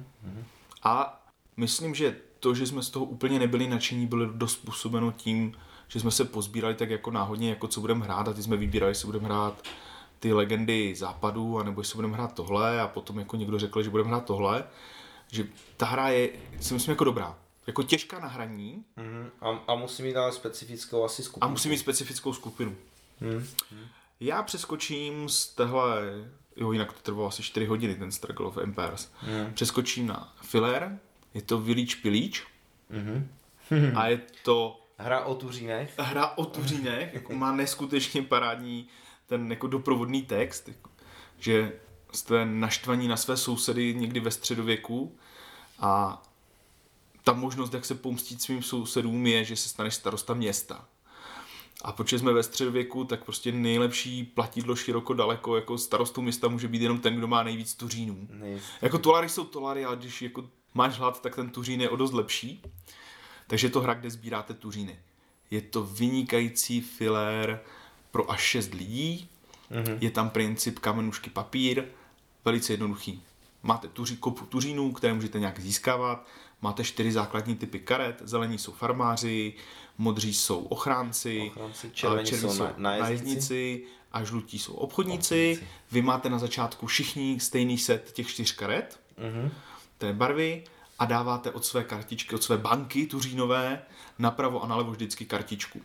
A myslím, že to, že jsme z toho úplně nebyli nadšení, bylo dost způsobeno tím, že jsme se pozbírali tak jako náhodně, jako co budeme hrát a ty jsme vybírali, jestli budeme hrát ty legendy západu, anebo jestli budeme hrát tohle a potom jako někdo řekl, že budeme hrát tohle, že ta hra je, si myslím, jako dobrá. Jako těžká na hraní. Mm-hmm. A, a musí mít ale specifickou asi skupinu. A musí mít specifickou skupinu. Mm-hmm. Já přeskočím z téhle, jo, jinak to trvalo asi čtyři hodiny, ten Struggle of Empires. Mm. Přeskočím na filler, je to Village Pillage. Mm-hmm. A je to... Hra o tuřínech. Hra o tuřínech, jako má neskutečně parádní ten jako doprovodný text, jako, že jste naštvaní na své sousedy někdy ve středověku a ta možnost, jak se pomstit svým sousedům, je, že se staneš starosta města. A protože jsme ve středověku, tak prostě nejlepší platidlo široko daleko, jako starostou města může být jenom ten, kdo má nejvíc tuřínů. Nejvíc. Jako tolary jsou tolary, ale když jako máš hlad, tak ten tuřín je o dost lepší. Takže je to hra, kde sbíráte tuříny. Je to vynikající filér pro až šest lidí. Mm-hmm. Je tam princip kamenušky papír, velice jednoduchý. Máte tuří, kopu tuřínů, které můžete nějak získávat. Máte čtyři základní typy karet. Zelení jsou farmáři, modří jsou ochránci, ochránci červení, červení jsou nájezdníci a žlutí jsou obchodníci. obchodníci. Vy máte na začátku všichni stejný set těch čtyř karet, mm-hmm. té barvy, a dáváte od své kartičky, od své banky tuřínové napravo a nalevo vždycky kartičku.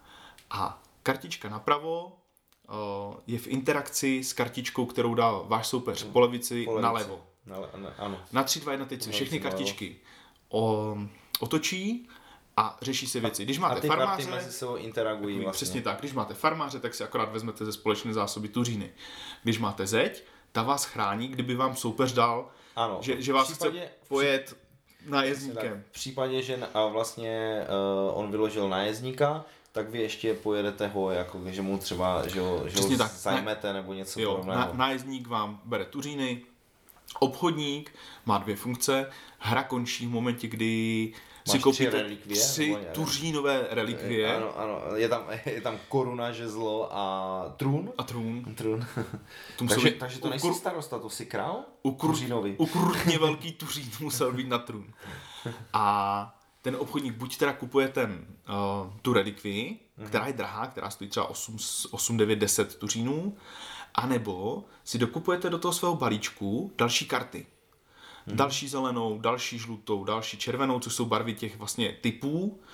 A kartička napravo uh, je v interakci s kartičkou, kterou dá váš soupeř po levici, po levici. nalevo. Na, na, ano. Na tři, dva, jedna teď se všechny kartičky o, otočí a řeší se věci. Když máte a ty farmáře, karty mezi sebou interagují vlastně. Přesně tak. Když máte farmáře, tak si akorát vezmete ze společné zásoby tuříny. Když máte zeď, ta vás chrání, kdyby vám soupeř dal, ano. že, že vás případě, chce pojet nájezdníkem. V případě, že a vlastně uh, on vyložil nájezdníka, tak vy ještě pojedete ho, jako, že mu třeba že ho, že ho zajmete nebo něco jo, podobného. Na, nájezdník vám bere tuříny, obchodník má dvě funkce, hra končí v momentě, kdy Máš si koupíte tři, relikvie, tři tuřínové relikvie. Ano, ano, je tam, je tam koruna, žezlo a trůn. A trůn. trůn. takže, takže to nejsi starosta, to jsi král? Tuřínový. Ukrutně velký tuřín musel být na trůn. A ten obchodník buď teda kupuje ten, uh, tu relikvii, mm. která je drahá, která stojí třeba osm, devět, deset tuřínů, anebo si dokupujete do toho svého balíčku další karty. Hmm. Další zelenou, další žlutou, další červenou, což jsou barvy těch vlastně typů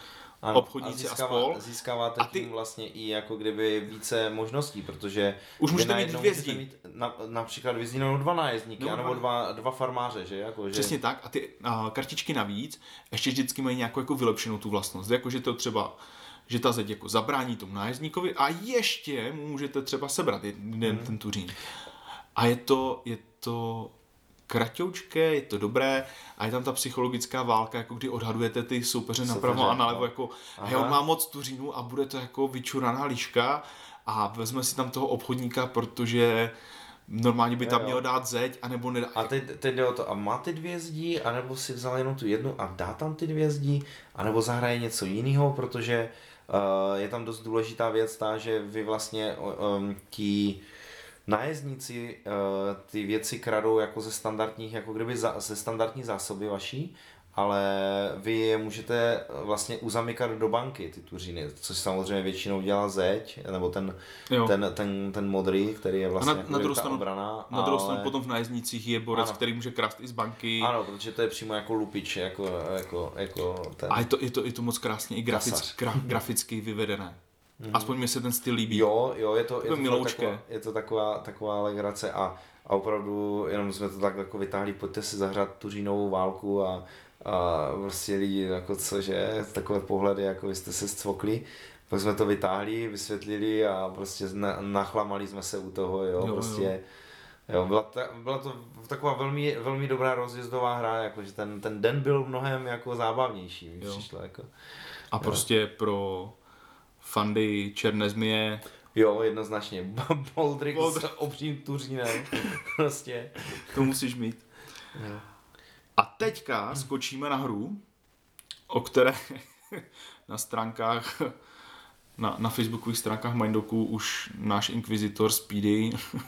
ano, obchodníci a, získává, a spol. Získáváte a ty... tím vlastně i jako kdyby více možností, protože už můžete mít dvě zdi. Mít na, například vyzdílenou dva nájezdníky, no, anebo dva, dva farmáře, že? Jako, že... Přesně tak a ty a, kartičky navíc ještě vždycky mají nějakou jako vylepšenou tu vlastnost, jako že to třeba že ta zeď jako zabrání tomu nájezdníkovi a ještě mu můžete třeba sebrat jeden hmm. ten tuřín. A je to, je to kratoučké, je to dobré a je tam ta psychologická válka, jako kdy odhadujete ty soupeře napravo a nalevo, jako hej, on má moc tuřínů a bude to jako vyčuraná liška a vezme si tam toho obchodníka, protože normálně by tam jo, jo. měl dát zeď, anebo nedá. A teď, teď jde o to, a má ty dvě zdí, anebo si vzal jenom tu jednu a dá tam ty dvě zdí, anebo zahraje něco jiného, protože uh, je tam dost důležitá věc ta, že vy vlastně um, ti nájezdníci uh, ty věci kradou jako ze standardních, jako kdyby za, ze standardní zásoby vaší, ale vy je můžete vlastně uzamykat do banky, ty tuříny, což samozřejmě většinou dělá zeď, nebo ten, ten, ten, ten modrý, který je vlastně na, na ta obrana. Na druhou stranu potom v nájezdnících je borec, ano. který může krást i z banky. Ano, protože to je přímo jako lupič, jako, jako, jako ten... A je to, je to, je to moc krásně i grafic, gra, graficky vyvedené. Mm-hmm. Aspoň mi se ten styl líbí. Jo, jo, je to, je to, taková, je to taková, taková legrace a, a opravdu jenom jsme to tak jako vytáhli, pojďte si zahrát tuřínovou válku a a prostě lidi jako cože, takové pohledy, jako vy jste se zcvokli, pak jsme to vytáhli, vysvětlili a prostě na, nachlamali jsme se u toho, jo, jo prostě, jo. Jo, byla, ta, byla to taková velmi, velmi dobrá rozjezdová hra, jakože ten, ten den byl mnohem jako zábavnější, mi přišlo, jako. A jo. Prostě pro fandy Černé zmije. Jo, jednoznačně, Boldrick s obřím tuřínem, prostě. To musíš mít. Jo. A teďka skočíme na hru, o které na stránkách, na, na facebookových stránkách Mindoku už náš inkvizitor Speedy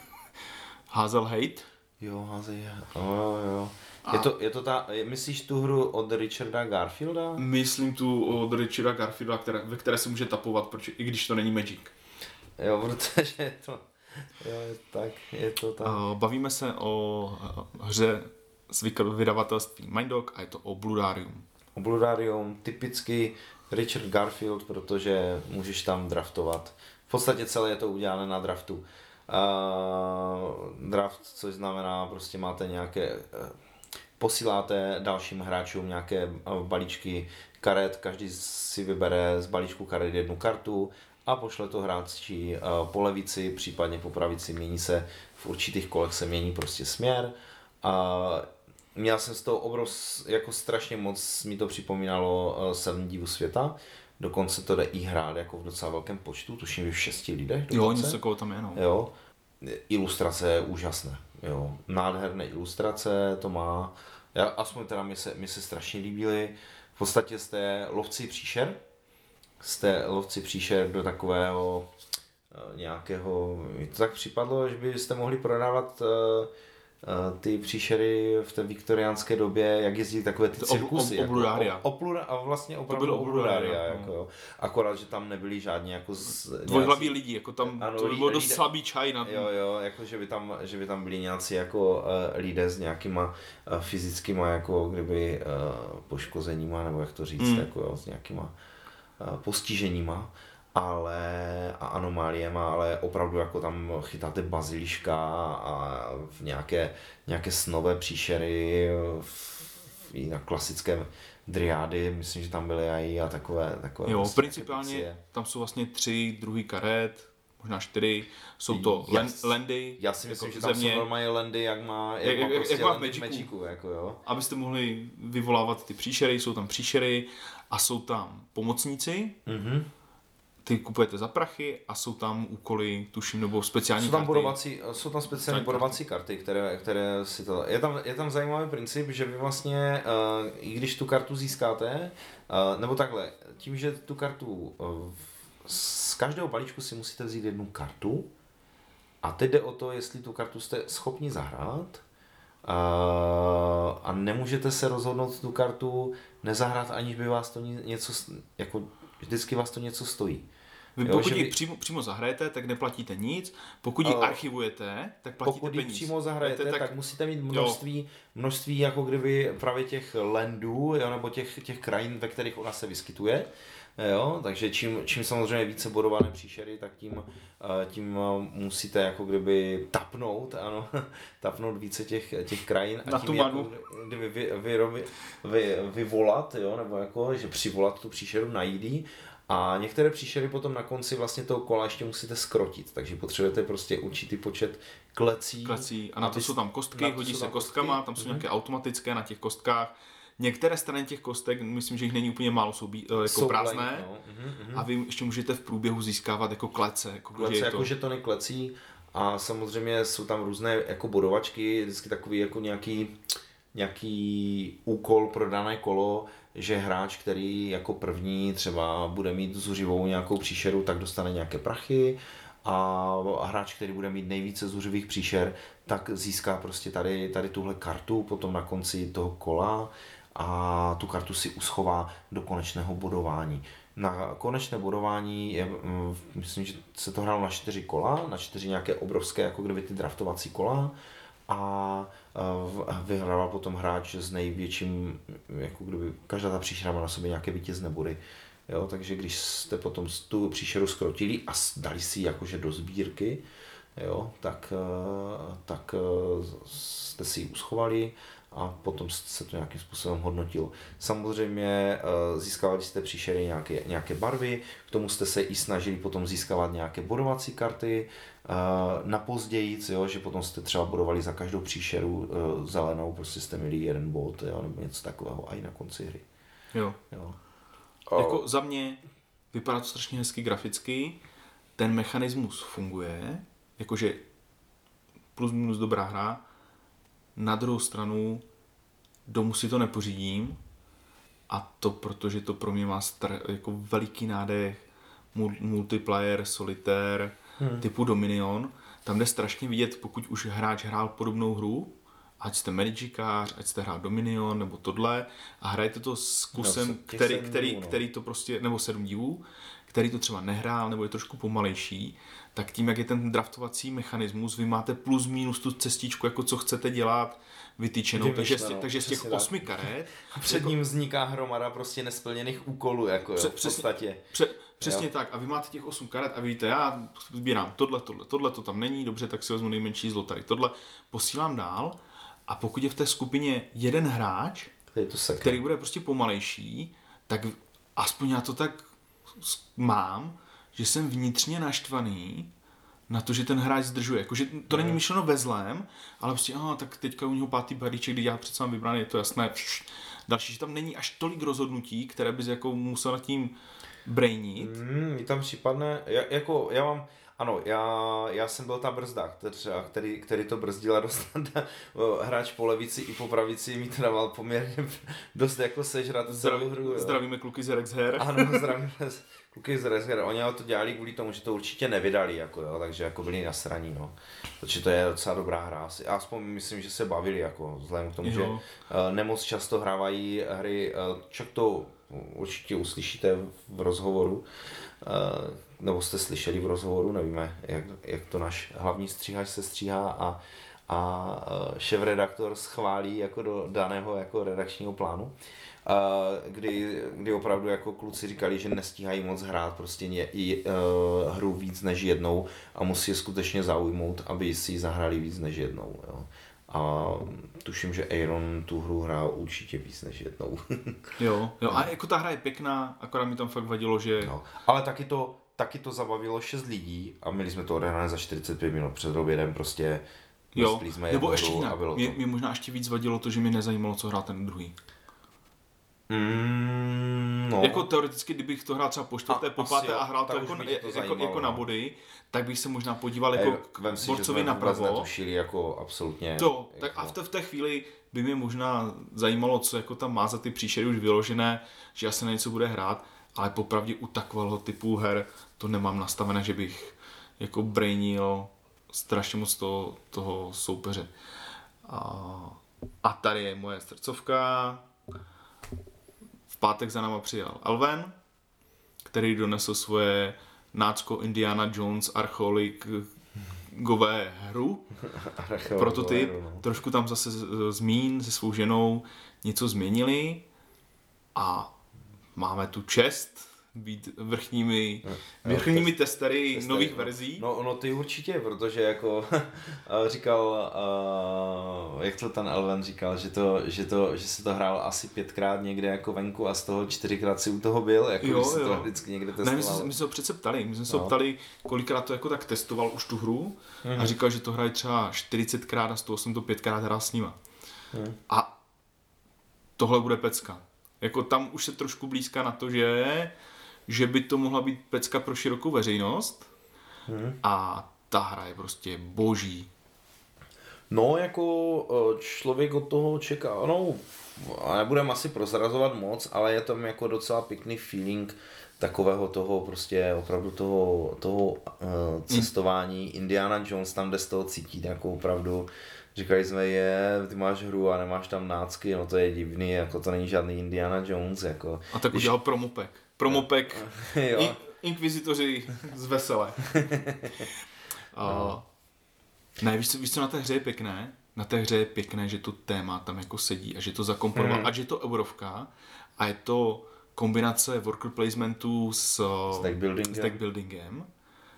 házel hate. Jo, házel, jo, jo. Je to, je to ta, myslíš tu hru od Richarda Garfielda? Myslím tu od Richarda Garfielda, které, ve které se může tapovat, protože, i když to není Magic. Jo, protože je to, jo, je tak, je to tak. Bavíme se o hře z vydavatelství Mindok a je to Obludarium. Obludarium, typicky Richard Garfield, protože můžeš tam draftovat. V podstatě celé je to udělané na draftu. Uh, draft, což znamená, prostě máte nějaké, uh, posíláte dalším hráčům nějaké balíčky karet, každý si vybere z balíčku karet jednu kartu a pošle to hráči uh, po levici, případně po pravici, mění se, v určitých kolech se mění prostě směr. A měl jsem z toho obrovs, jako strašně moc mi to připomínalo uh, Sedm divů světa, dokonce to jde i hrát jako v docela velkém počtu, tuším v šesti lidech dokonce. Jo, něco takového tam je, no. Jo, ilustrace je úžasné, jo, nádherné ilustrace to má, já, aspoň teda mi se, mi se strašně líbily, v podstatě jste lovci příšer, jste lovci příšer do takového uh, nějakého, mi to tak připadlo, že byste mohli prodávat uh, ty příšery v té viktoriánské době, jak jezdí takové ty cirkusy. Ob, obludária. Jako, oblura, a vlastně opravdu obludária. Jako, jo. Akorát, že tam nebyli žádní jako dvojhlaví lidi, jako tam ano, to by bylo dost slabý čaj na tom. Jo, jo, jako že by tam, že by tam byli nějací jako uh, lidé s nějakýma uh, fyzickýma jako kdyby uh, poškozeníma, nebo jak to říct, mm. jako jo, s nějakýma uh, postiženíma. Ale a anomáliema, ale opravdu jako tam chytáte baziliška a v nějaké, nějaké snové příšery, i na klasické driády, myslím, že tam byly i a takové, takové jo, principálně tam jsou vlastně tři druhy karet, možná čtyři, jsou to Jas, landy. Já si myslím, jako že tam země. Jsou normálně landy, jak má, jak, jak, má prostě jak má v Magicu. Magicu jako jo. Abyste mohli vyvolávat ty příšery, jsou tam příšery a jsou tam pomocníci. Mhm. Ty kupujete za prachy a jsou tam úkoly, tuším, nebo speciální jsou tam karty. Bodovací, jsou tam speciální bodovací karty, které, které si to... Je tam, je tam zajímavý princip, že vy vlastně, uh, i když tu kartu získáte, uh, nebo takhle, tím, že tu kartu, uh, z každého balíčku si musíte vzít jednu kartu a teď jde o to, jestli tu kartu jste schopni zahrát uh, a nemůžete se rozhodnout tu kartu nezahrát, aniž by vás to něco, jako vždycky vás to něco stojí. Vy pokud ji vy... přímo, přímo zahrajete, tak neplatíte nic. Pokud ji uh, archivujete, tak platíte pokud peníz. Pokud přímo zahrajete, tak... tak musíte mít množství, množství jako kdyby právě těch landů, jo, nebo těch, těch krajin, ve kterých ona se vyskytuje. Jo, takže čím, čím samozřejmě více bodované příšery, tak tím, tím musíte jako kdyby tapnout, ano, tapnout více těch, těch krajin a Na tím tu jako kdyby vy, vy, vy, vy, vyvolat, jo, nebo jako, že přivolat tu příšeru na jídí. A některé příšery potom na konci vlastně toho kola ještě musíte skrotit, takže potřebujete prostě určitý počet klecí. Klecí a na to jsou tam kostky, hodí se tam kostkama, tam jsou mm-hmm. nějaké automatické na těch kostkách. Některé strany těch kostek, myslím, že jich není úplně málo, jsou bí, jako jsou prázdné blank, no. mm-hmm. a vy ještě můžete v průběhu získávat jako klece. Jako klece jako to... žetony klecí a samozřejmě jsou tam různé jako bodovačky, vždycky takový jako nějaký, nějaký úkol pro dané kolo, že hráč, který jako první třeba bude mít zuřivou nějakou příšeru, tak dostane nějaké prachy a hráč, který bude mít nejvíce zuřivých příšer, tak získá prostě tady, tady tuhle kartu potom na konci toho kola a tu kartu si uschová do konečného bodování. Na konečné bodování je, myslím, že se to hrálo na čtyři kola, na čtyři nějaké obrovské, jako kdyby ty draftovací kola a vyhrával potom hráč s největším, jako kdyby každá ta příšera má na sobě nějaké vítězné body. Jo, takže když jste potom tu příšeru skrotili a dali si ji jakože do sbírky, jo, tak, tak jste si ji uschovali a potom se to nějakým způsobem hodnotilo. Samozřejmě získávali jste příšery nějaké, nějaké barvy, k tomu jste se i snažili potom získávat nějaké bodovací karty na později, jo, že potom jste třeba bodovali za každou příšeru zelenou, prostě jste měli jeden bod, jo, nebo něco takového a i na konci hry. Jo. jo. Jako za mě vypadá to strašně hezky graficky, ten mechanismus funguje, jakože plus minus dobrá hra. Na druhou stranu domů si to nepořídím a to protože to pro mě má star- jako veliký nádech multiplayer, solitér, hmm. typu Dominion. Tam jde strašně vidět, pokud už hráč hrál podobnou hru, ať jste Magikář, ať jste hrál Dominion nebo tohle a hrajete to s kusem, no, který, který, divů, no. který to prostě, nebo sedm divů, který to třeba nehrál nebo je trošku pomalejší, tak tím, jak je ten draftovací mechanismus, vy máte plus minus tu cestičku, jako co chcete dělat, vytyčenou, takže, no, takže z těch osmi karet... A před jako, ním vzniká hromada prostě nesplněných úkolů, jako jo, v podstatě. Přesně, přesně tak, a vy máte těch osm karet a vy víte, já sbírám tohle, tohle, tohle, to tam není, dobře, tak si vezmu nejmenší zlo tady, tohle posílám dál a pokud je v té skupině jeden hráč, který, to který bude prostě pomalejší, tak aspoň já to tak mám, že jsem vnitřně naštvaný na to, že ten hráč zdržuje. Jakože to není myšleno ve zlém, ale prostě, aha, tak teďka u něho pátý balíček, kdy já přece mám vybraný, je to jasné. Další, že tam není až tolik rozhodnutí, které bys jako musel nad tím brainit. Mm, mi tam připadne, já, jako já mám, ano, já, já jsem byl ta brzda, který, který to brzdil a dost hráč po levici i po pravici mi to dával poměrně dost jako sežrat celou hru. Jo. Zdravíme kluky z Rexher. Ano, zdravíme kluky z Rexher. Oni to dělali kvůli tomu, že to určitě nevydali, jako, jo, takže jako byli nasraní, no. Protože to je docela dobrá hra. Já aspoň myslím, že se bavili, jako, vzhledem k tomu, jo. že uh, nemoc často hrávají hry, uh, čak to určitě uslyšíte v rozhovoru, uh, nebo jste slyšeli v rozhovoru, nevíme, jak, jak to náš hlavní stříhač se stříhá a, a šéfredaktor schválí jako do daného jako redakčního plánu, kdy, kdy opravdu jako kluci říkali, že nestíhají moc hrát prostě ně, i, uh, hru víc než jednou a musí je skutečně zaujmout, aby si ji zahrali víc než jednou. Jo. A tuším, že Aaron tu hru hrál určitě víc než jednou. jo, jo, a jako ta hra je pěkná, akorát mi tam fakt vadilo, že... No, ale taky to Taky to zabavilo šest lidí a měli jsme to odehrané za čtyřicet pět minut před obědem, prostě jo, jsme nebo ještě jinak, a bylo mě, to. mě možná ještě víc vadilo to, že mě nezajímalo, co hrál ten druhý. Mm, no. Jako teoreticky, kdybych to hrál třeba po čtvrté, po páté a hrál to, jako, to jako, zajímalo, jako na body, tak bych se možná podíval jako Vem si, k borcovi napravo. Netušili jako absolutně. To, jako... tak a v té, v té chvíli by mě možná zajímalo, co jako tam má za ty příšery už vyložené, že asi na něco bude hrát, ale popravdě u takového typu her to nemám nastavené, že bych jako brainil strašně moc toho, toho soupeře. A, a tady je moje srdcovka. V pátek za náma přijel Alven, který donesl svoje nácko Indiana Jones archeologové hru. Prototyp. No. Trošku tam zase zmín se svou ženou něco změnili a máme tu čest být vrchními, vrchními test, testery, testery nových no. verzí. No, no ty určitě, protože jako říkal, uh, jak to ten Elven říkal, že, to, že, to, že se to hrál asi pětkrát někde jako venku a z toho čtyřikrát si u toho byl, jako jo, když se jo. to vždycky někde testoval. Ne, my jsme, my jsme ho přece ptali, my jsme se ho no. ptali, kolikrát to jako tak testoval už tu hru mm-hmm. a říkal, že to hraje třeba čtyřicetkrát a z toho jsem to pětkrát hrál s nima. Mm. A tohle bude pecka. Jako tam už se trošku blízká na to, že, že by to mohla být pecka pro širokou veřejnost hmm. a ta hra je prostě boží. No, jako člověk od toho čeká, no, nebudeme asi prozrazovat moc, ale je tam jako docela pěkný feeling takového toho prostě opravdu toho, toho uh, cestování. Indiana Jones tam jde z toho cítit jako opravdu. Říkali jsme, je, ty máš hru a nemáš tam nácky, no to je divný, jako to není žádný Indiana Jones, jako. A tak Když... udělal promopek. Promopek, in, inkvizitoři z vesele. uh, ne, víš co, víš co na té hře je pěkné? Na té hře je pěkné, že to téma tam jako sedí a že to zakomponoval, mm. a že je to eurovka a je to kombinace worker placementu s, s deck buildingem. s deck buildingem,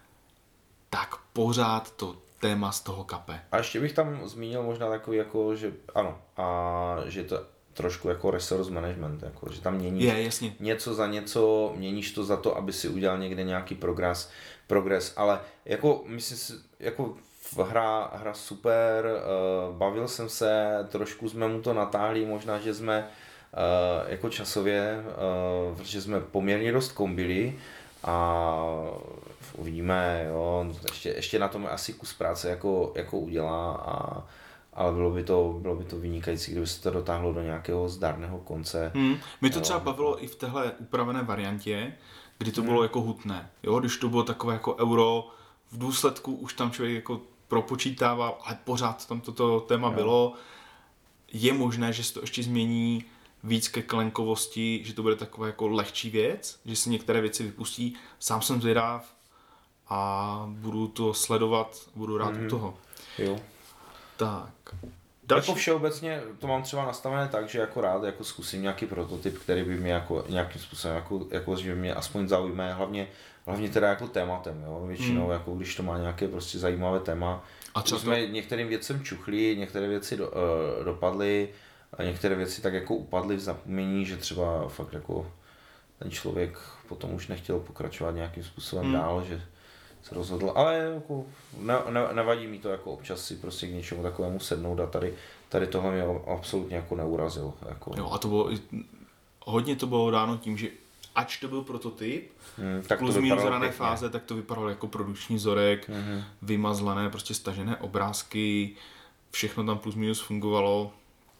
tak pořád to téma z toho kape. A ještě bych tam zmínil možná takový jako, že ano, a že to trošku jako resource management, jako, že tam měníš je, jasně. něco za něco, měníš to za to, aby si udělal někde nějaký progres, progres, ale jako myslím si, jako hra, hra super, uh, bavil jsem se, trošku jsme mu to natáhli, možná, že jsme uh, jako časově, uh, protože jsme poměrně dost kombili a uvidíme, jo, ještě, ještě na tom asi kus práce jako, jako udělá, a, ale bylo by, to, bylo by to vynikající, kdyby se to dotáhlo do nějakého zdárného konce. Hmm. Mě to třeba bavilo i v téhle upravené variantě, kdy to hmm. bylo jako hutné, jo, když to bylo takové jako euro, v důsledku už tam člověk jako propočítával, ale pořád tam toto téma jo. bylo. Je možné, že se to ještě změní víc ke klenkovosti, že to bude taková jako lehčí věc, že se některé věci vypustí. Sám jsem zvědav a budu to sledovat, budu rád mm-hmm. u toho. Jo. Tak. Další. Jako všeobecně to mám třeba nastavené tak, že jako rád jako zkusím nějaký prototyp, který by mě jako nějakým způsobem jako, jako že mě aspoň zaujme, hlavně hlavně teda jako tématem, jo, většinou mm. jako když to má nějaké prostě zajímavé téma. A co jsme to... některým věcem čuchli, některé věci do, uh, dopadly, a některé věci tak jako upadly v zapomnění, že třeba fakt jako ten člověk potom už nechtěl pokračovat nějakým způsobem mm. dál, že se rozhodl, ale jako ne, ne, nevadí mi to jako občas si prostě k něčemu takovému sednout a tady, tady tohle mě absolutně jako neurazilo. Jako. Jo, a to bylo, hodně to bylo dáno tím, že ač to byl prototyp, hmm, tak plus minus rané fáze, tak to vypadalo jako produkční vzorek, hmm. vymazlené, prostě stažené obrázky, všechno tam plus minus fungovalo.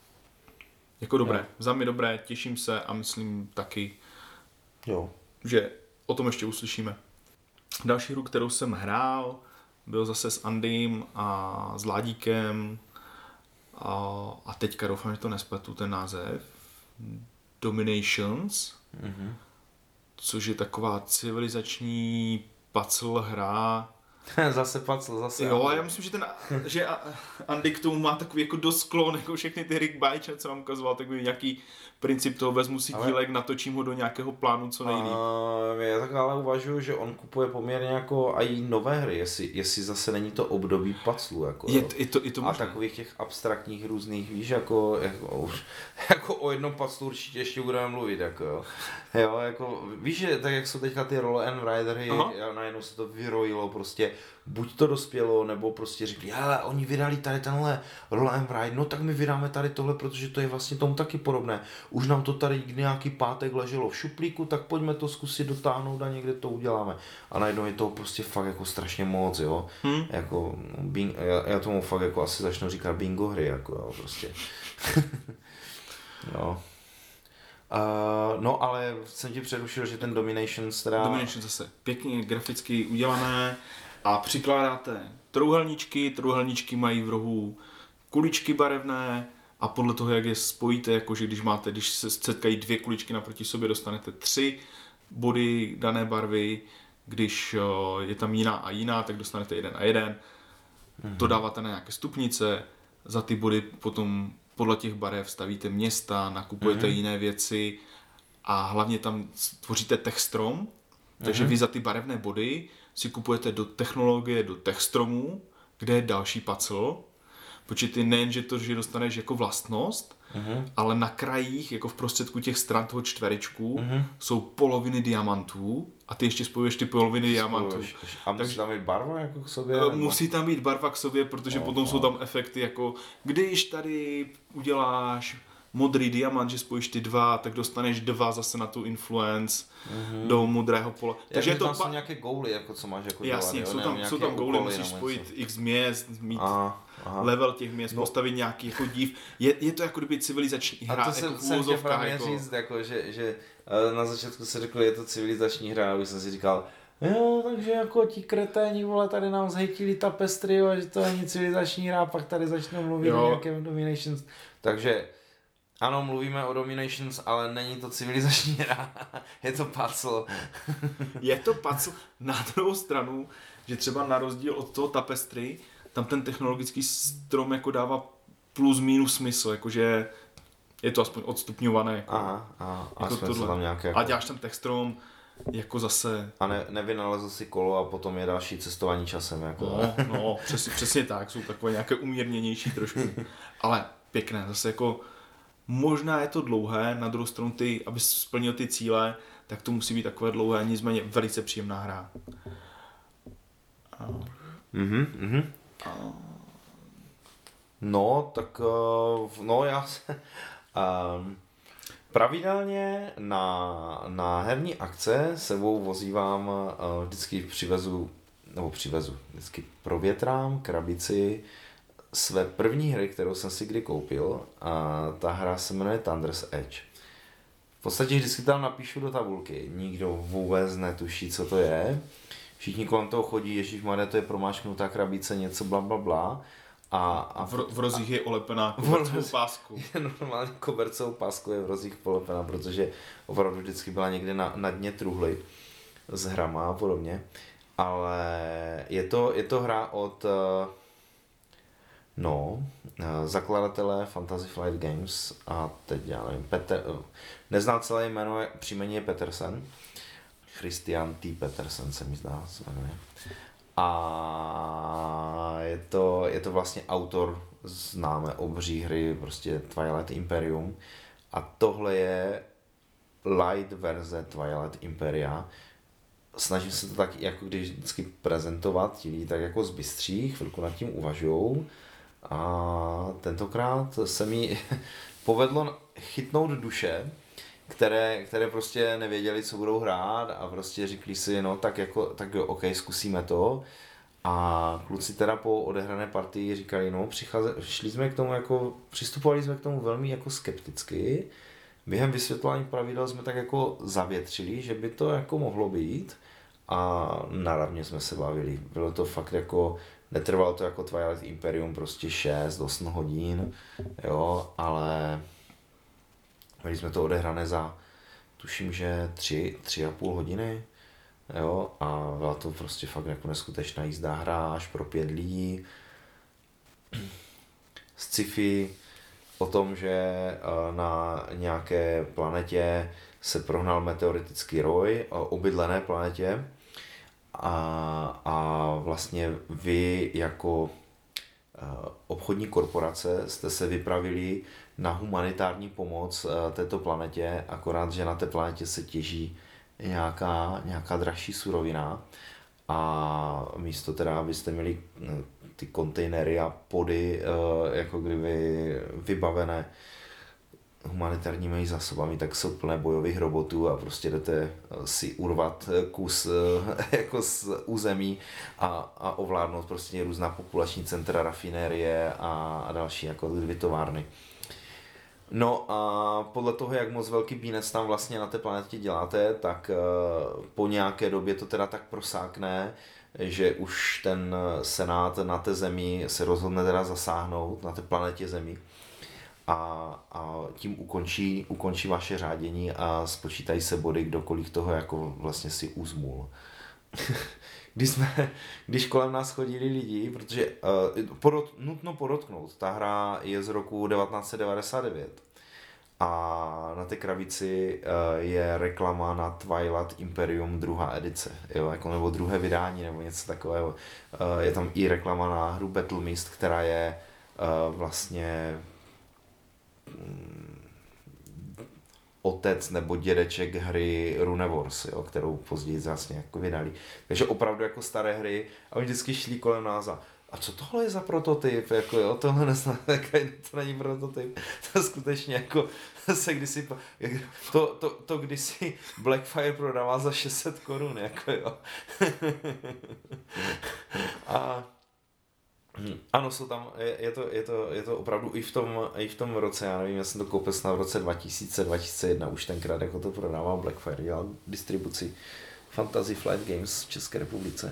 Jako dobré, jo. Za mě dobré, těším se a myslím taky, jo. že o tom ještě uslyšíme. Další hru, kterou jsem hrál, byl zase s Andym a s Ládíkem a, a teďka doufám, že to nespletu ten název. Dominations, mm-hmm. což je taková civilizační puzzle hra. Zase puzzle, zase. Jo, a já myslím, že ten, že Andy k tomu má takový jako dost sklon, jako všechny ty Rick Bajče, co vám ukazoval, takový nějaký princip toho, vezmu si dílek, ale... natočím ho do nějakého plánu co nejlíp. A já tak ale uvažuji, že on kupuje poměrně jako i nové hry, jestli, jestli zase není to období puzzlu. Jako, je, je to, je to a takových těch abstraktních různých, víš, jako, jako, jako o jednom puzzlu určitě ještě budeme mluvit, jako jo. Jo, jako, víš, že tak jak jsou teďka ty Roll and Ridery, a najednou se to vyrojilo prostě, buď to dospělo, nebo prostě řekli, ale oni vydali tady tenhle Roll and Ride, no tak my vydáme tady tohle, protože to je vlastně tomu taky podobné. Už nám to tady nějaký pátek leželo v šuplíku, tak pojďme to zkusit dotáhnout a někde to uděláme. A najednou je to prostě fakt jako strašně moc, jo. Hmm. Jako, bing, já, já tomu fakt jako asi začnu říkat bingo hry, jako jo, prostě. no. Uh, no, ale jsem ti přerušil, že ten Dominations teda... Dominations zase pěkně graficky udělané a přikládáte trouhelníčky, trouhelníčky mají v rohu kuličky barevné a podle toho, jak je spojíte, jakože když máte, když se setkají dvě kuličky naproti sobě, dostanete tři body dané barvy, když je tam jiná a jiná, tak dostanete jeden a jeden. Mm-hmm. To dáváte na nějaké stupnice, za ty body potom podle těch barev stavíte města, nakupujete mm-hmm. jiné věci a hlavně tam tvoříte Techstrom, takže mm-hmm. vy za ty barevné body si kupujete do technologie, do Techstromu, kde je další pacl, protože ty nejen, že to, že dostaneš jako vlastnost, mm-hmm. ale na krajích, jako v prostředku těch stran toho čtverečku, mm-hmm. jsou poloviny diamantů a ty ještě spojuješ ty poloviny diamantů. A musí Takže, tam být barva jako k sobě? Musí tam být barva k sobě, protože oh, potom oh. jsou tam efekty jako, když tady uděláš modrý diamant, že spojíš ty dva, tak dostaneš dva zase na tu influence mm-hmm. do modrého pole. Já Takže je to pa... jsou nějaké gouly, jako co máš jako jasně, dělat, jsou tam, jsou tam gouly, musíš spojit x měst, mít aha, aha. level těch měst, no. postavit nějaký jako div. Je, je to jako kdyby civilizační hra. A to jako jsem chtěl právě jako... říct, jako, že, že na začátku se řekl, je to civilizační hra, a už jsem si říkal, jo, takže jako ti kreténi, vole, tady nám zhejtili tapestry, a že to není civilizační hra, pak tady začnou mluvit jo. o nějakém Dominations. Takže ano, mluvíme o Dominations, ale není to civilizační hra, je to puzzle. Je to puzzle na druhou stranu, že třeba na rozdíl od toho tapestry, tam ten technologický strom jako dává plus minus smysl, jakože je to aspoň odstupňované. Jako, aha, aha, jako aspoň tam nějaké... Jako... A děláš ten techstrom jako zase... A ne, nevynalezl si kolo a potom je další cestování časem. Jako... No, no přesně, přesně tak, jsou takové nějaké umírněnější trošku, ale pěkné, zase jako možná je to dlouhé, na druhou stranu ty, aby splnil ty cíle, tak to musí být takové dlouhé, nicméně velice příjemná hra. Mhm, mhm. No, tak no já se... Um, pravidelně na, na herní akce sebou vozívám uh, vždycky přivezu, nebo přivezu, vždycky provětrám krabici své první hry, kterou jsem si kdy koupil, a ta hra se jmenuje Thunder's Edge. V podstatě vždycky tam napíšu do tabulky, nikdo vůbec netuší, co to je. Všichni kolem toho chodí, ježišmarja, to je promáčknutá krabice, něco bla bla bla. A, a v, v rozích je olepená kobercovou pásku. Normálně kobercovou pásku je v rozích polepená, protože opravdu vždycky byla někde na, na dně truhly s hrama a podobně. Ale je to, je to hra od no, zakladatele Fantasy Flight Games a teď já nevím, Peter, neznám celé jméno, příjmení je Petersen. Christian T. Petersen se mi zdá, se jmenuje. A je to, je to vlastně autor známé obří hry, prostě Twilight Imperium. A tohle je light verze Twilight Imperia. Snažím se to tak, jako když vždycky prezentovat, ti lidi tak jako zbystří, chvilku nad tím uvažujou. A tentokrát se mi povedlo chytnout duše, Které, které prostě nevěděli, co budou hrát a prostě řekli si, no tak jako, tak jo, ok, zkusíme to. A kluci teda po odehrané partii říkali, no přicháze, šli jsme k tomu jako, přistupovali jsme k tomu velmi jako skepticky. Během vysvětlování pravidel jsme tak jako zavětřili, že by to jako mohlo být a naravně jsme se bavili. Bylo to fakt jako, netrvalo to jako Twilight Imperium, prostě šest osm hodin, jo, ale měli jsme to odehrané za, tuším, že tři, tři a půl hodiny, jo, a byla to prostě fakt jako neskutečná jízda, hra až pro pět lidí, sci-fi, o tom, že na nějaké planetě se prohnal meteoritický roj, obydlené planetě, a, a vlastně vy jako obchodní korporace jste se vypravili na humanitární pomoc této planetě, akorát, že na té planetě se těží nějaká, nějaká dražší surovina a místo teda, abyste měli ty kontejnery a pody jako kdyby vybavené humanitárními zásobami, tak jsou plné bojových robotů a prostě jdete si urvat kus jako z území a, a ovládnout prostě různá populační centra, rafinérie a, a další jako dvě továrny. No a podle toho, jak moc velký pínec tam vlastně na té planetě děláte, tak po nějaké době to teda tak prosákne, že už ten senát na té zemi se rozhodne teda zasáhnout na té planetě Zemi. A, a tím ukončí, ukončí vaše řádění a spočítají se body, kdo kolik toho jako vlastně si uzmul. když, jsme, když kolem nás chodili lidi, protože uh, porod, nutno podotknout, ta hra je z roku devatenáct set devadesát devět a na té krabici uh, je reklama na Twilight Imperium druhá edice, jo, jako, nebo druhé vydání, nebo něco takového. Uh, je tam i reklama na hru Battle Mist, která je uh, vlastně um, otec nebo dědeček hry Rune Wars, jo, kterou později vlastně jako vydali. Takže opravdu jako staré hry a oni vždycky šli kolem nás a a co tohle je za prototyp, jako jo, tohle neznám, to není prototyp, to skutečně jako se kdysi, to, to, to kdysi Blackfire prodával za šest set korun, jako jo. A ano, jsou tam, je, je, to, je, to, je to opravdu i v tom, i v tom roce, já nevím, já jsem to koupil snad v roce dva tisíce, dva tisíce jedna, už tenkrát jako to prodával Blackfire, dělal distribuci Fantasy Flight Games v České republice.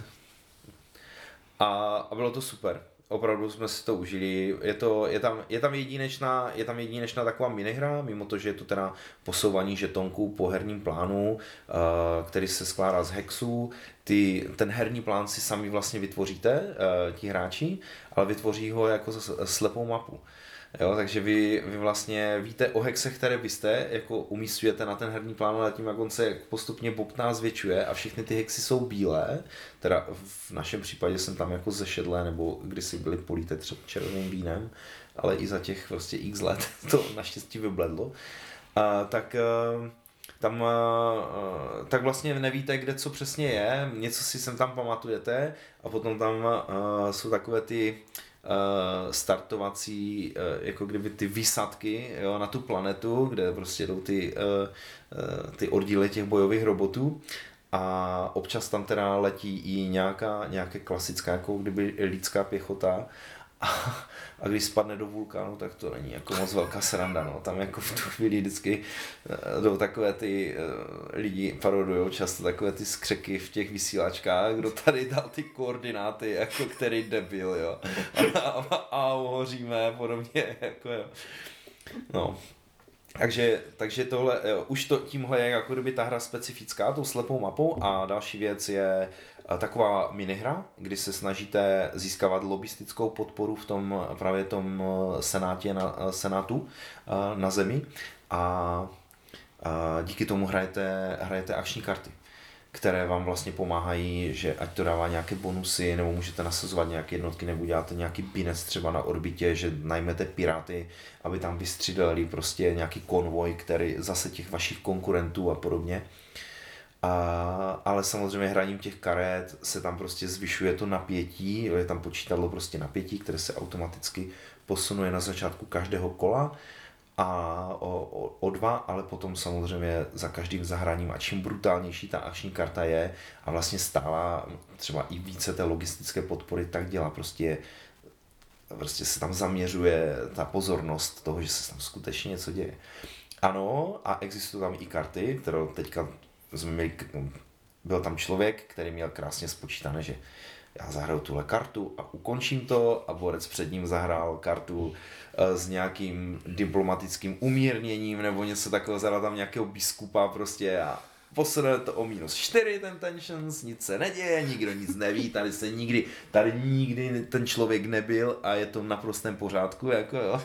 A, a bylo to super. Opravdu jsme si to užili. Je, to, je, tam, je, tam jedinečná, je tam jedinečná taková minihra, mimo to, že je to teda posouvání žetonků po herním plánu, uh, který se skládá z hexů. Ty, ten herní plán si sami vlastně vytvoříte, uh, ti hráči, ale vytvoří ho jako slepou mapu. Jo, takže vy, vy vlastně víte o hexech, které byste jako umístujete na ten herní plán, a tím, jak on se postupně bobtná zvětšuje a všechny ty hexy jsou bílé, teda v našem případě jsem tam jako zešedlé, nebo kdysi byly políte třeba červeným vínem, ale i za těch vlastně x let to naštěstí vybledlo, a, tak tam tak vlastně nevíte, kde co přesně je, něco si sem tam pamatujete a potom tam a, jsou takové ty startovací, jako kdyby ty výsadky, jo, na tu planetu, kde prostě jdou ty, ty oddíly těch bojových robotů a občas tam teda letí i nějaká, nějaká klasická, jako kdyby lidská pěchota a, a když spadne do vulkánu, tak to není jako moc velká sranda, no. Tam jako v tu chvíli vždycky jdou takové ty lidi, parodujou často takové ty skřeky v těch vysílačkách, kdo tady dal ty koordináty, jako který debil, jo. A, a, a uhoříme podobně, jako jo. No. Takže, takže tohle, jo, už to tímhle je jako kdyby ta hra specifická, tou slepou mapou a další věc je taková minihra, kdy se snažíte získávat lobistickou podporu v tom právě tom senátě na, senátu na zemi a, a díky tomu hrajete, hrajete akční karty, které vám vlastně pomáhají, že ať to dává nějaké bonusy, nebo můžete nasazovat nějaké jednotky, nebo děláte nějaký binec třeba na orbitě, že najmete piráty, aby tam vystřídali prostě nějaký konvoj, který zase těch vašich konkurentů a podobně. A, ale samozřejmě hraním těch karet se tam prostě zvyšuje to napětí, je tam počítadlo prostě napětí, které se automaticky posunuje na začátku každého kola a o, o, o dva, ale potom samozřejmě za každým zahráním a čím brutálnější ta akční karta je a vlastně stála třeba i více té logistické podpory, tak dělá prostě, prostě se tam zaměřuje ta pozornost toho, že se tam skutečně něco děje. Ano, a existují tam i karty, které teďka jsme měli, byl tam člověk, který měl krásně spočítané, že já zahraju tuhle kartu a ukončím to a borec před ním zahrál kartu s nějakým diplomatickým umírněním nebo něco takového, zahrál tam nějakého biskupa prostě a posune to o minus čtyři ten tensions, nic se neděje, nikdo nic neví, tady se nikdy, tady nikdy ten člověk nebyl a je to v naprostém pořádku, jako jo.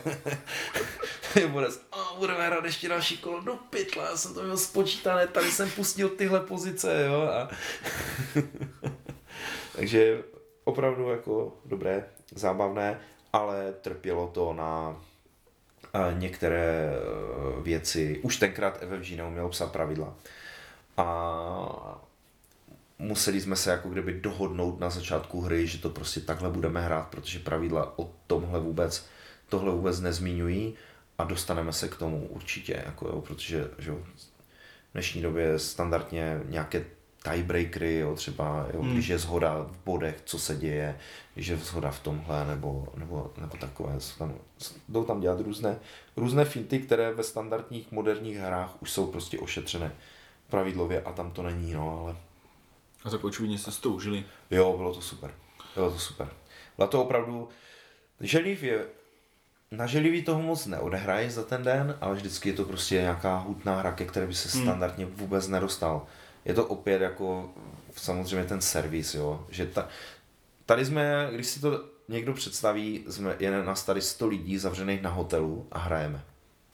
Borec, a budeme hrát ještě další kolo, do pytle, já jsem to měl spočítané, tady jsem pustil tyhle pozice, jo. A takže opravdu jako dobré, zábavné, ale trpělo to na některé věci. Už tenkrát F F G neumělo psát pravidla. A museli jsme se jako kdyby dohodnout na začátku hry, že to prostě takhle budeme hrát, protože pravidla o tomhle vůbec, tohle vůbec nezmiňují a dostaneme se k tomu určitě, jako jo, protože že v dnešní době standardně nějaké tiebreakery, jo, třeba jo, hmm. když je shoda v bodech, co se děje, když je shoda v tomhle, nebo, nebo, nebo takové. Tam, jdou tam dělat různé, různé finty, které ve standardních moderních hrách už jsou prostě ošetřené pravidlově a tam to není, no, ale... A tak očividně jste si to užili. Jo, bylo to super. Bylo to super. Bylo to opravdu... Želiv je... Na želivý toho moc neodehrají za ten den, ale vždycky je to prostě nějaká hutná hra, ke které by se hmm. standardně vůbec nedostal. Je to opět jako samozřejmě ten servis, jo, že ta, tady jsme, když si to někdo představí, jsme jen nás tady sto lidí zavřených na hotelu a hrajeme.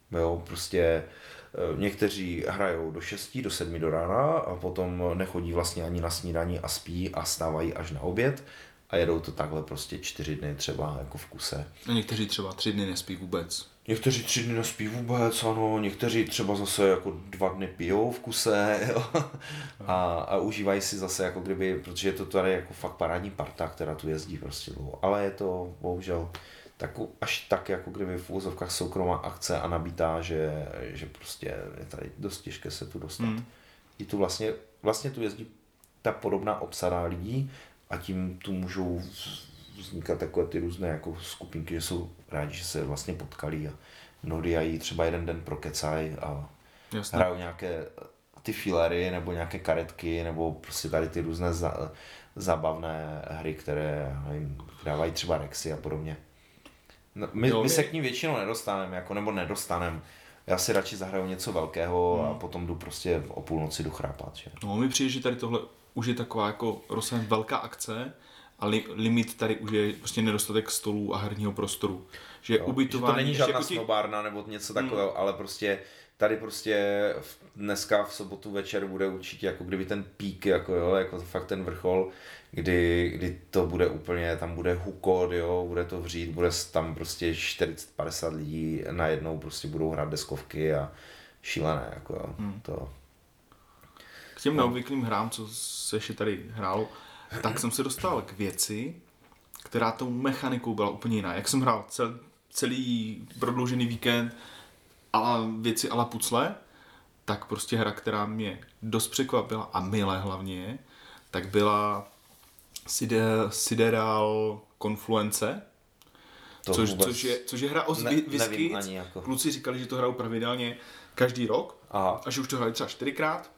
Jo, prostě někteří hrajou do šesti, do sedmi do rána a potom nechodí vlastně ani na snídani a spí a stávají až na oběd a jedou to takhle prostě čtyři dny třeba jako v kuse. A někteří třeba tři dny nespí vůbec. Někteří tři dny nespí vůbec, ano, někteří třeba zase jako dva dny pijou v kuse, jo. A, a užívají si zase jako kdyby, protože je to tady jako fakt parádní parta, která tu jezdí prostě dlouho, ale je to bohužel tak, až tak jako kdyby v úvozovkách soukromá akce a nabítá, že, že prostě je tady dost těžké se tu dostat. Hmm. I tu vlastně, vlastně tu jezdí ta podobná obsada lidí a tím tu můžou vznikat takové ty různé jako skupinky, že jsou rádi, že se vlastně potkali a mnohdy jí třeba jeden den prokecají a Jasně. hrajou nějaké ty filery nebo nějaké karetky nebo prostě tady ty různé za, zábavné hry, které nevím, dávají třeba Rexy a podobně. No, my, my se k ní většinou nedostaneme, jako, nebo nedostaneme. Já si radši zahraju něco velkého hmm. a potom jdu prostě o půlnoci jdu chrápat. Že? No mi přijde, že tady tohle už je taková jako rozsáhlá velká akce a li, limit tady už je prostě nedostatek stolů a herního prostoru. Že je ubytování... Že to není žádná jako těch... snobárna nebo něco takového, hmm. ale prostě tady prostě dneska v sobotu večer bude určitě jako kdyby ten pík, jako jo, jako fakt ten vrchol, kdy, kdy to bude úplně, tam bude hukot, jo, bude to vřít, bude tam prostě čtyřicet padesát lidí najednou prostě budou hrát deskovky a šílené, jako jo, hmm. to. K těm no. neobvyklým hrám, co se ještě tady hrálo, tak jsem se dostal k věci, která tou mechanikou byla úplně jiná. Jak jsem hrál cel, celý prodloužený víkend ale věci ala pucle, tak prostě hra, která mě dost překvapila a milé hlavně, tak byla Sidereal Confluence, což, což, je, což je hra o ne, whisky. Jako. Kluci říkali, že to hrajou pravidelně každý rok. Aha. A že už to hrají třeba čtyřikrát.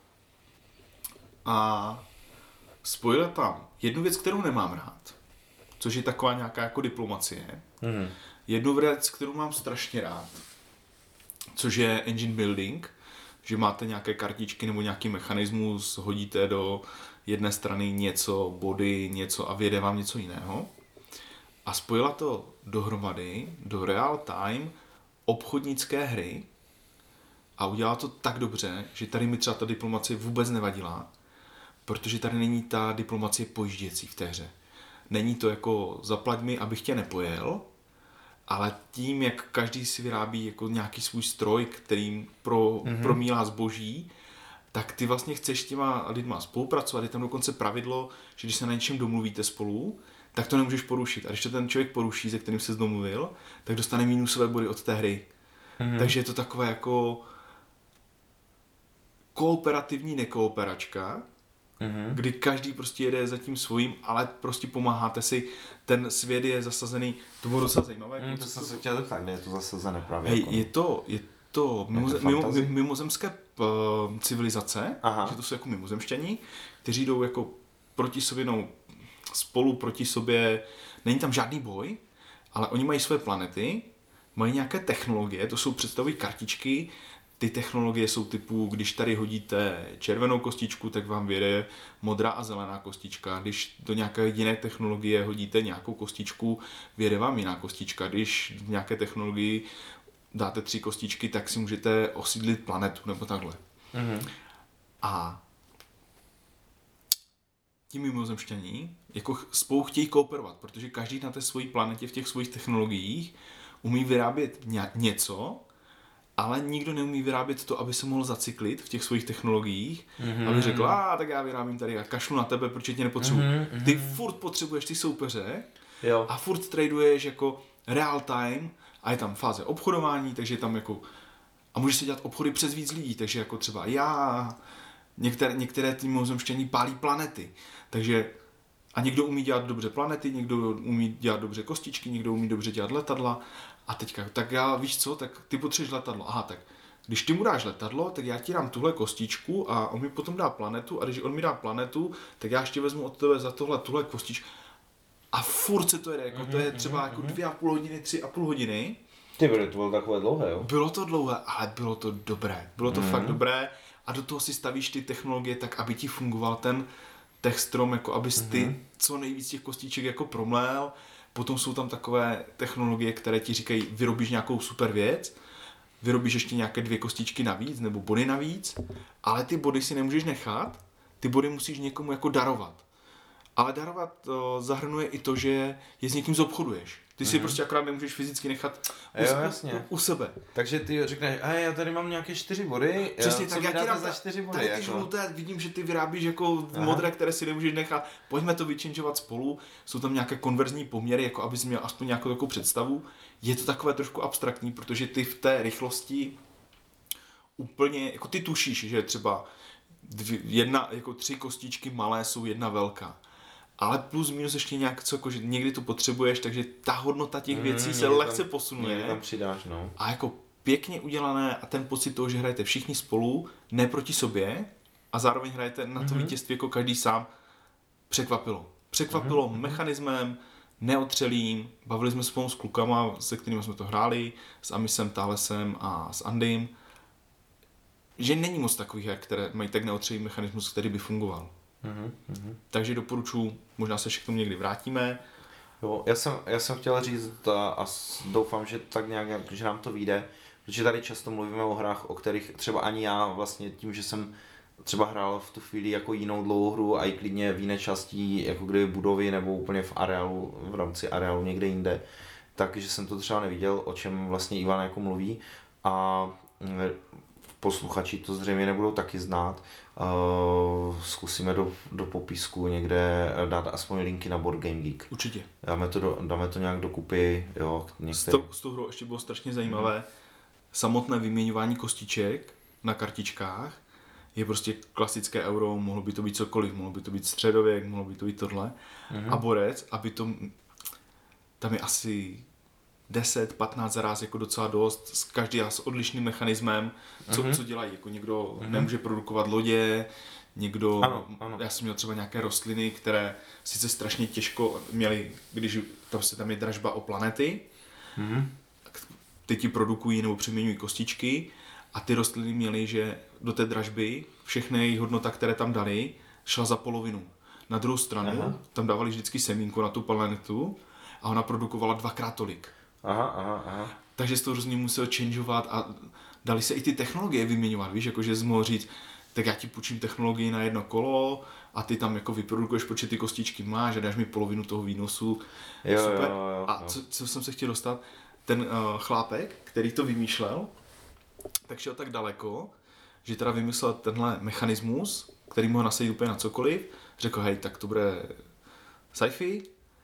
A spojila tam jednu věc, kterou nemám rád, což je taková nějaká jako diplomacie. Mm. Jednu věc, kterou mám strašně rád, což je engine building, že máte nějaké kartičky nebo nějaký mechanismus, hodíte do jedné strany něco, body, něco a vyjede vám něco jiného. A spojila to dohromady do real time obchodnické hry a udělala to tak dobře, že tady mi třeba ta diplomacie vůbec nevadila, protože tady není ta diplomacie pojížděcí v té hře. Není to jako zaplať mi, abych tě nepojel, ale tím, jak každý si vyrábí jako nějaký svůj stroj, kterým pro, mm-hmm. promílá zboží, tak ty vlastně chceš s těma lidma spolupracovat. Je tam dokonce pravidlo, že když se na něčem domluvíte spolu, tak to nemůžeš porušit. A když to ten člověk poruší, se kterým se domluvil, tak dostane mínusové body od té hry. Mm-hmm. Takže je to takové jako kooperativní nekooperačka, mm-hmm. kdy každý prostě jede za tím svým, ale prostě pomáháte si. Ten svět je zasazený, to bylo docela zajímavé. Mm, to jsem se chtěl tak, je to zasazené právě. Hej, jako... je to, je to mimo, mimo, mimozemské uh, civilizace, Aha. že to jsou jako mimozemšťani, kteří jdou jako proti sobě, no, spolu proti sobě, není tam žádný boj, ale oni mají své planety, mají nějaké technologie, to jsou představové kartičky. Ty technologie jsou typu, když tady hodíte červenou kostičku, tak vám vyjede modrá a zelená kostička. Když do nějaké jiné technologie hodíte nějakou kostičku, vyjede vám jiná kostička. Když v nějaké technologii dáte tři kostičky, tak si můžete osídlit planetu nebo takhle. Mm-hmm. A ti mimozemšťaní jako spolu chtějí kooperovat, protože každý na té své planetě v těch svých technologiích umí vyrábět něco, ale nikdo neumí vyrábět to, aby se mohl zacyklit v těch svých technologiích, mm-hmm. aby řekl, a tak já vyrábím tady a kašlu na tebe, protože tě nepotřebuji. Mm-hmm. Ty furt potřebuješ ty soupeře jo. a furt traduješ jako real time a je tam fáze obchodování, takže je tam jako a můžeš si dělat obchody přes víc lidí, takže jako třeba já, některé, některé ty mimozemšťaní pálí planety, takže a někdo umí dělat dobře planety, někdo umí dělat dobře kostičky, někdo umí dobře dělat letadla. A teďka, tak já, víš co, tak ty potřebuješ letadlo. Aha, tak když ty mu dáš letadlo, tak já ti dám tuhle kostičku a on mi potom dá planetu a když on mi dá planetu, tak já ještě vezmu od tebe za tohle tuhle kostičku. A furt se to jede, jako, mm-hmm, to je třeba mm-hmm. jako dvě a půl hodiny, tři a půl hodiny. Ty bylo to bylo takové dlouhé, jo? Bylo to dlouhé, ale bylo to dobré. Bylo to mm-hmm. fakt dobré a do toho si stavíš ty technologie tak, aby ti fungoval ten textrom, jako abys ty mm-hmm. co nejvíc těch kostiček jako promlél. Potom jsou tam takové technologie, které ti říkají, vyrobíš nějakou super věc vyrobíš ještě nějaké dvě kostičky navíc nebo body navíc, ale ty body si nemůžeš nechat, ty body musíš někomu jako darovat. Ale darovat uh, zahrnuje i to, že je s někým zobchoduješ. Ty si mm. prostě akorát nemůžeš fyzicky nechat u, jo, jasně. U, u sebe. Takže ty řekneš, a já tady mám nějaké čtyři body, přesně, jo, tak já ti dám za čtyři body. Tady ty jako? žluté, vidím, že ty vyrábíš jako Aha. modré, které si nemůžeš nechat. Pojďme to vyčenžovat spolu. Jsou tam nějaké konverzní poměry, jako abys měl aspoň nějakou takovou představu. Je to takové trošku abstraktní, protože ty v té rychlosti úplně, jako ty tušíš, že třeba dvě, jedna, jako tři kostičky malé jsou jedna velká. Ale plus minus ještě nějak co, jako, že někdy to potřebuješ, takže ta hodnota těch věcí mm, se lehce tam, posunuje. Tam přidáš, no. A jako pěkně udělané a ten pocit toho, že hrajete všichni spolu, ne proti sobě a zároveň hrajete na to mm-hmm. vítězství jako každý sám, překvapilo. Překvapilo mm-hmm. mechanismem, neotřelým, bavili jsme spolu s klukama, se kterými jsme to hráli, s Amisem, Thalesem a s Andym, že není moc takových her, které mají tak neotřelý mechanismus, který by fungoval. Mm-hmm. Takže doporučuji, možná se ještě k tomu někdy vrátíme. Jo, já jsem, já jsem chtěl říct a, a doufám, že tak nějak, že nám to vyjde, protože tady často mluvíme o hrách, o kterých třeba ani já vlastně tím, že jsem třeba hrál v tu chvíli jako jinou dlouhou hru a i klidně v jiné části, jako kdyby budovy nebo úplně v areálu, v rámci areálu někde jinde, takže jsem to třeba neviděl, o čem vlastně Ivan jako mluví a posluchači to zřejmě nebudou taky znát. Uh, zkusíme do, do popisku někde dát aspoň linky na Board Game Geek. Určitě. Dáme to, do, dáme to nějak dokupy. Jo, s, to, s tou hrou ještě bylo strašně zajímavé. Hmm. Samotné vyměňování kostiček na kartičkách je prostě klasické euro, mohlo by to být cokoliv, mohlo by to být středověk, mohlo by to být tohle. Hmm. A borec, aby to, tam je asi deset patnáct zaráz jako docela dost, s každý s odlišným mechanismem, co, uh-huh. co dělají, jako někdo uh-huh. nemůže produkovat lodě, někdo, ano, ano. já jsem měl třeba nějaké rostliny, které sice strašně těžko měly, když tam, se, tam je dražba o planety, uh-huh. ty ti produkují nebo přeměňují kostičky a ty rostliny měly, že do té dražby všechny jejich hodnota, které tam dali, šla za polovinu. Na druhou stranu, uh-huh. tam dávali vždycky semínko na tu planetu a ona produkovala dvakrát tolik. Aha, aha, aha. Takže se to různě musel changeovat a dali se i ty technologie vyměňovat, víš, jakože jsi mohl říct, tak já ti půjčím technologii na jedno kolo a ty tam jako vyprodukuješ, počet ty kostičky máš a dáš mi polovinu toho výnosu. Jo, super. Jo, jo, a jo. Co, co jsem se chtěl dostat, ten uh, chlápek, který to vymýšlel, tak šel tak daleko, že teda vymyslel tenhle mechanismus, který mohl nasadit úplně na cokoliv, řekl, hej, tak to bude sci-fi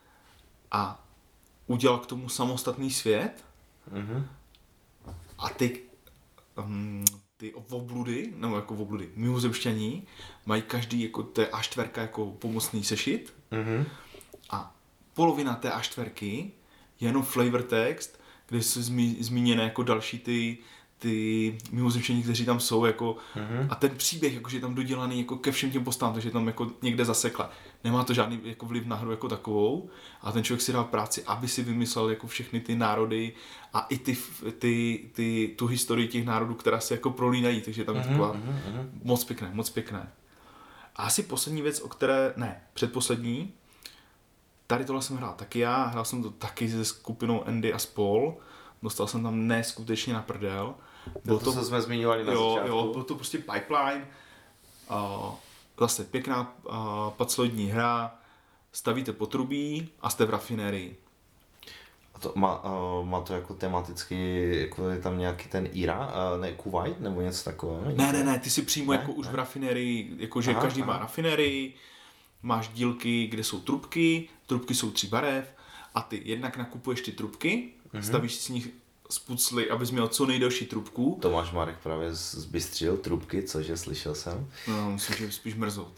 a udělal k tomu samostatný svět mm-hmm. a ty, um, ty obludy, nebo jako obludy, mimozemšťaní, mají každý jako té á čtyři jako pomocný sešit mm-hmm. a polovina té á čtyři je jenom flavor text, kde jsou zmí, zmíněné jako další ty, ty mimozemšťaní, kteří tam jsou jako, mm-hmm. a ten příběh jakože je tam dodělaný jako ke všem těm postavám, takže je tam jako někde zasekla. Nemá to žádný jako vliv na hru jako takovou a ten člověk si dal práci, aby si vymyslel jako všechny ty národy a i ty, ty, ty, tu historii těch národů, která se jako prolínají, takže tam je mm-hmm, taková mm-hmm. moc pěkné, moc pěkné. A asi poslední věc, o které, ne, předposlední, tady tohle jsem hrál taky já, hrál jsem to taky se skupinou Andy a spol, dostal jsem tam neskutečně na prdel. Bylo to, to jsme zmiňovali na jo, začátku. Jo, byl to prostě pipeline. Uh, zase pěkná uh, paclodní hra, stavíte potrubí a jste v rafinérii. A to má, uh, má to jako tematicky, jako je tam nějaký ten Ira, uh, ne Kuwait nebo něco takového? Ne, ne, ne, ty si přímo ne, jako ne. už v rafinérii, jakože každý aha. má rafinérii, máš dílky, kde jsou trubky, trubky jsou tři barev a ty jednak nakupuješ ty trubky, mm-hmm. stavíš si z nich spucly, abys měl co nejdelší trubku. Tomáš Marek právě zbystřil trubky, cože slyšel jsem. No, musím, že spíš mrzout.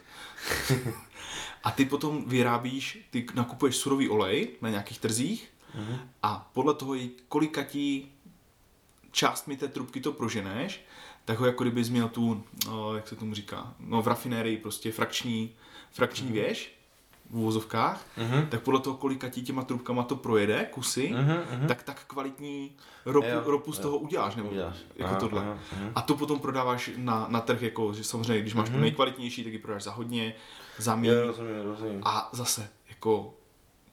A ty potom vyrábíš, ty nakupuješ surový olej na nějakých trzích mm-hmm. a podle toho, kolikatí částmi té trubky to proženeš, tak ho jako kdybys měl tu, jak se tomu říká, no v rafinérii prostě frakční, frakční mm-hmm. věž, v uvozovkách, uh-huh. tak podle toho, kolika ti těma trubkama to projede, kusy, uh-huh. tak tak kvalitní ropu, jo, ropu z jo. toho uděláš, nebo uděláš. jako aha, tohle. Aha, aha. A to potom prodáváš na, na trh, jako, že samozřejmě, když máš uh-huh. tu nejkvalitnější, tak ji prodáš za hodně, za míň. Jo, rozumím, rozumím. A zase, jako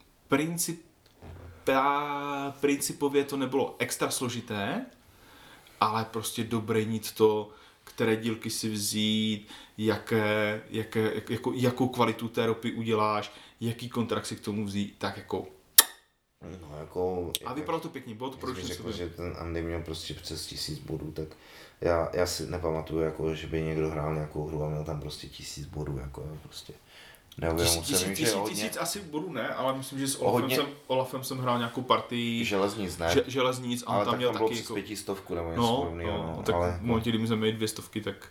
princip, principově to nebylo extra složité, ale prostě dobrejnit to, které dílky si vzít, jaké, jaké, jak, jako, jakou kvalitu té ropy uděláš, jaký kontrakt si k tomu vzít, tak jako... No, jako... A vypadalo to pěkně, bylo to produčně řekl, že ten Andy měl prostě přes tisíc bodů, tak já, já si nepamatuju, jako, že by někdo hrál nějakou hru a měl tam prostě tisíc bodů, jako prostě. Tisíc, tisíc, tisíc, hodně... tisíc asi bodů ne, ale myslím, že s Olafem, hodně... jsem, Olafem jsem hrál nějakou partii železnic, ne? Že, železnic a on tam měl taky jako... pětistovku nebo něco no, podobného. No, no, tak ale... v momentě, kdy my jsme měli dvě stovky, tak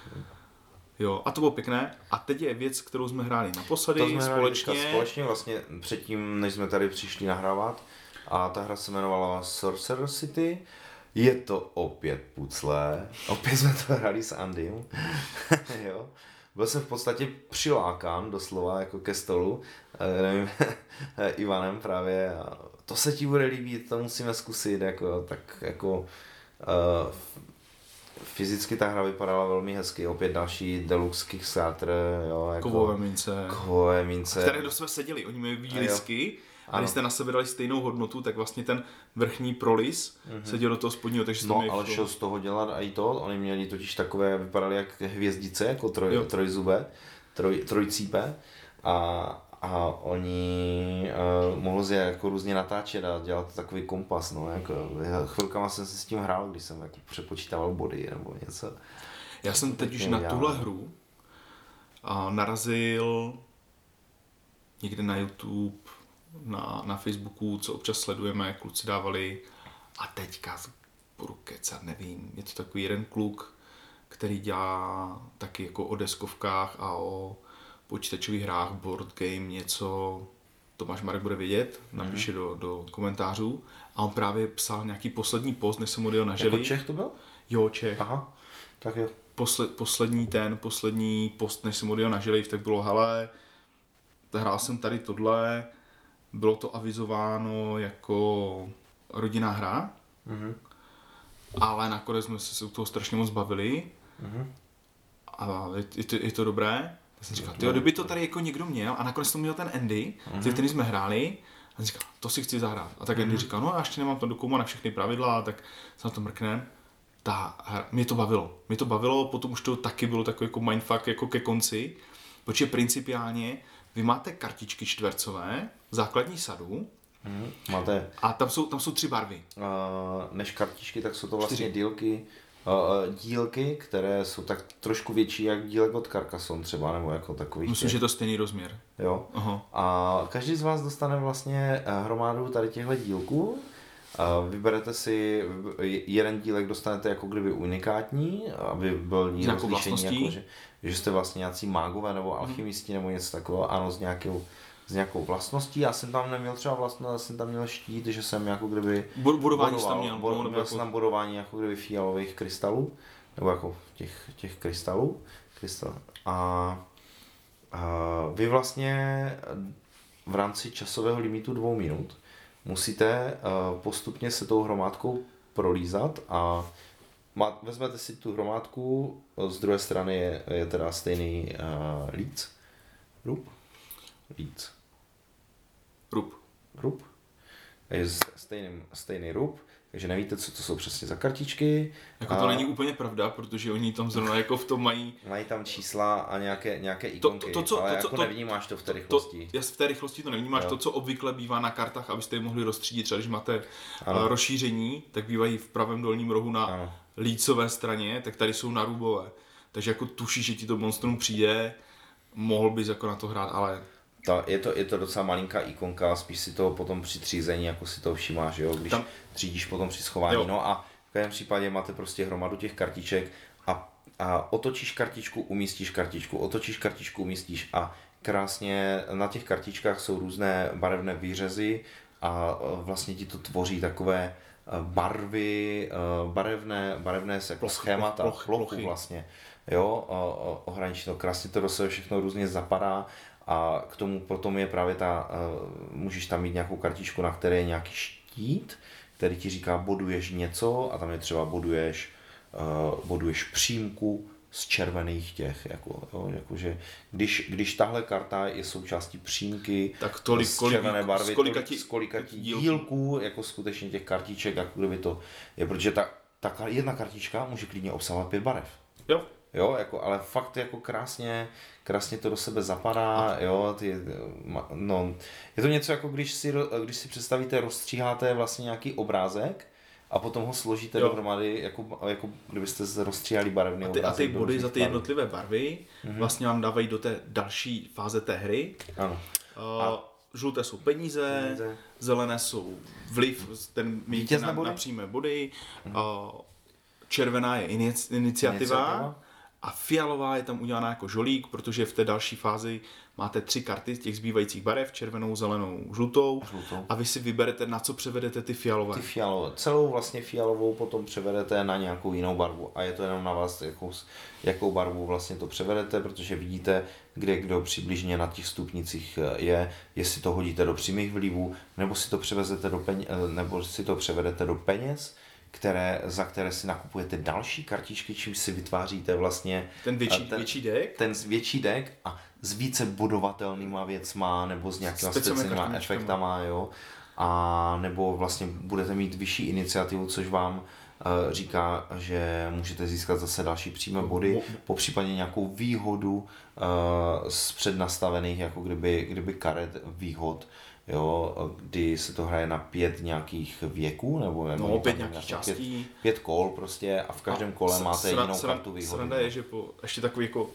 jo, a to bylo pěkné. A teď je věc, kterou jsme hráli naposledy to jsme společně. Hráli společně vlastně předtím, než jsme tady přišli nahrávat. A ta hra se jmenovala Sorcerer City. Je to opět pucle. Opět jsme to hráli s Andym. Jo. Byl jsem v podstatě přilákán doslova jako ke stolu. Nevím, Ivanem právě. A to se ti bude líbit, to musíme zkusit. Jako, tak jako uh, fyzicky ta hra vypadala velmi hezky. Opět další deluxe Kickstarter. Jo, jako kovové mince. Kovové mince. Které do sebe seděli. Oni mají výlisky. A když jste na sebe dali stejnou hodnotu, tak vlastně ten vrchní prolis mm-hmm. seděl do toho spodního, takže no, ale šel z toho dělat i to, oni měli totiž takové, vypadaly jak hvězdice, jako troj, trojzube, troj, trojcípe a, a oni uh, mohli se jako různě natáčet a dělat takový kompas, no, jako chvilkama jsem si s tím hrál, když jsem jako přepočítával body nebo něco. Já jsem teď už na tuhle hru a narazil někde na YouTube, Na, na Facebooku, co občas sledujeme, kluci dávali a teďka budu kecat, nevím, je to takový jeden kluk, který dělá taky jako o deskovkách a o počítačových hrách, board game, něco, Tomáš Marek bude vědět, napíše mm. do, do komentářů a on právě psal nějaký poslední post, než jsem odjel na želi. Jako Čech to byl? Jo, Čech. Aha, tak jo. Posle, poslední ten, poslední post, než jsem odjel na želi, tak bylo, hele, hrál jsem tady tohle, bylo to avizováno jako rodinná hra, mm-hmm. ale nakonec jsme se u toho strašně moc bavili mm-hmm. a je, je, to, je to dobré. Já jsem říkal, tyjo, kdyby to tady jako někdo měl a nakonec to měl ten Andy, mm-hmm. se kterým jsme hráli a jsem říkal, to si chci zahrát. A tak mm-hmm. Andy říkal, no já ještě nemám to dokument na všechny pravidla, tak se na to mrknem. Ta hra, mě to bavilo. Mě to bavilo, potom už to taky bylo takový jako mindfuck jako ke konci, protože principiálně vy máte kartičky čtvercové, základní sadu, hmm, máte. A tam jsou, tam jsou tři barvy. Uh, než kartičky, tak jsou to vlastně Čtyři. dílky, uh, dílky, které jsou tak trošku větší jak dílek od Carcassonne třeba, nebo jako takových. Myslím, těch. Že je to stejný rozměr. Jo. Aha. A každý z vás dostane vlastně hromadu tady těchto dílků. Uh, vyberete si, jeden dílek dostanete jako kdyby unikátní, aby byl díl rozlišení, jako, že, že jste vlastně nějací mágové nebo alchymisti nebo něco takového, ano, s nějakou, s nějakou vlastností. Já jsem tam neměl třeba vlastnost, já jsem tam měl štít, že jsem jako kdyby budování tam měl, bod, měl jako... jsem tam bodování jako kdyby fialových krystalů, nebo jako těch, těch krystalů. Krystal. A, a vy vlastně v rámci časového limitu dvou minut musíte uh, postupně se tou hromádkou prolízat a má, vezmete si tu hromádku, z druhé strany je, je teda stejný uh, líc. Rub? Líc. Rub. Rub. Je stejný, stejný rub, takže nevíte, co to jsou přesně za kartičky. Jako to a... není úplně pravda, protože oni tam zrovna jako v tom mají... Mají tam čísla a nějaké, nějaké ikonky, to, to, to, ale to, jako to, nevnímáš to v té rychlosti. To, v té rychlosti to nevnímáš, jo. To, co obvykle bývá na kartách, abyste je mohli rozstřídit, třeba když máte ano. rozšíření, tak bývají v pravém dolním rohu na ano. lícové straně, tak tady jsou na rubové. Takže jako tušíš, že ti to monstrum přijde, mohl bys jako na to hrát, ale... Ta, je, to, je to docela malinká ikonka, spíš si to potom při třízení, jako si to všimáš, jo? Když tam... třídíš potom při schování. Jo. No a v každém případě máte prostě hromadu těch kartiček a, a otočíš kartičku, umístíš kartičku, otočíš kartičku, umístíš a krásně na těch kartičkách jsou různé barevné výřezy a vlastně ti to tvoří takové barvy, barevné, barevné jako schémata, ploch, plochu vlastně. Jo, ohraničí to, krásně to do sebe všechno různě zapadá. A k tomu potom je právě ta, uh, můžeš tam mít nějakou kartičku, na které je nějaký štít, který ti říká boduješ něco a tam je třeba boduješ, uh, boduješ přímku z červených těch, jako, jo, jakože když, když tahle karta je součástí přímky tak tolik, z červené barvy, z kolika, tí, z kolika tí dílků, jako skutečně těch kartiček, jako kdyby to je, protože ta ta jedna kartička může klidně obsahovat pět barev. Jo. Jo, jako, ale fakt jako krásně, krásně to do sebe zapadá, jo, ty, no, je to něco jako když si, když si představíte, rozstříháte vlastně nějaký obrázek a potom ho složíte jo. dohromady, jako, jako kdybyste rozstříhali barevný a ty, obrázek. A ty body za ty jednotlivé barvy mm-hmm. vlastně vám dávají do té další fáze té hry. Ano. Uh, a žluté jsou peníze, peníze, zelené jsou vliv, ten míti na, na přímé body, mm-hmm. uh, červená je inici, iniciativa. iniciativa. A fialová je tam udělaná jako žolík, protože v té další fázi máte tři karty z těch zbývajících barev, červenou, zelenou, žlutou, žlutou. A vy si vyberete, na co převedete ty fialové. Ty fialové. Celou vlastně fialovou potom převedete na nějakou jinou barvu a je to jenom na vás, jakou, jakou barvu vlastně to převedete, protože vidíte, kde kdo přibližně na těch stupnicích je, jestli to hodíte do přímých vlivů, nebo si to převezete do peněz, nebo si to převedete do peněz, které, za které si nakupujete další kartičky, čím si vytváříte vlastně ten větší, ten, větší deck. Ten větší deck a s více bodovatelnýma věcma nebo s nějakýma speciálníma efektama, jo. A nebo vlastně budete mít vyšší iniciativu, což vám uh, říká, že můžete získat zase další přímé body, popřípadě nějakou výhodu uh, z přednastavených, jako kdyby, kdyby karet výhod. Jo, kdy se to hraje na pět nějakých věků, nebo no, pět nějakých částí. Pět, pět kol prostě a v každém kole a máte sra, jinou sra, kartu výhodu. Sranda je, že po, ještě takový jako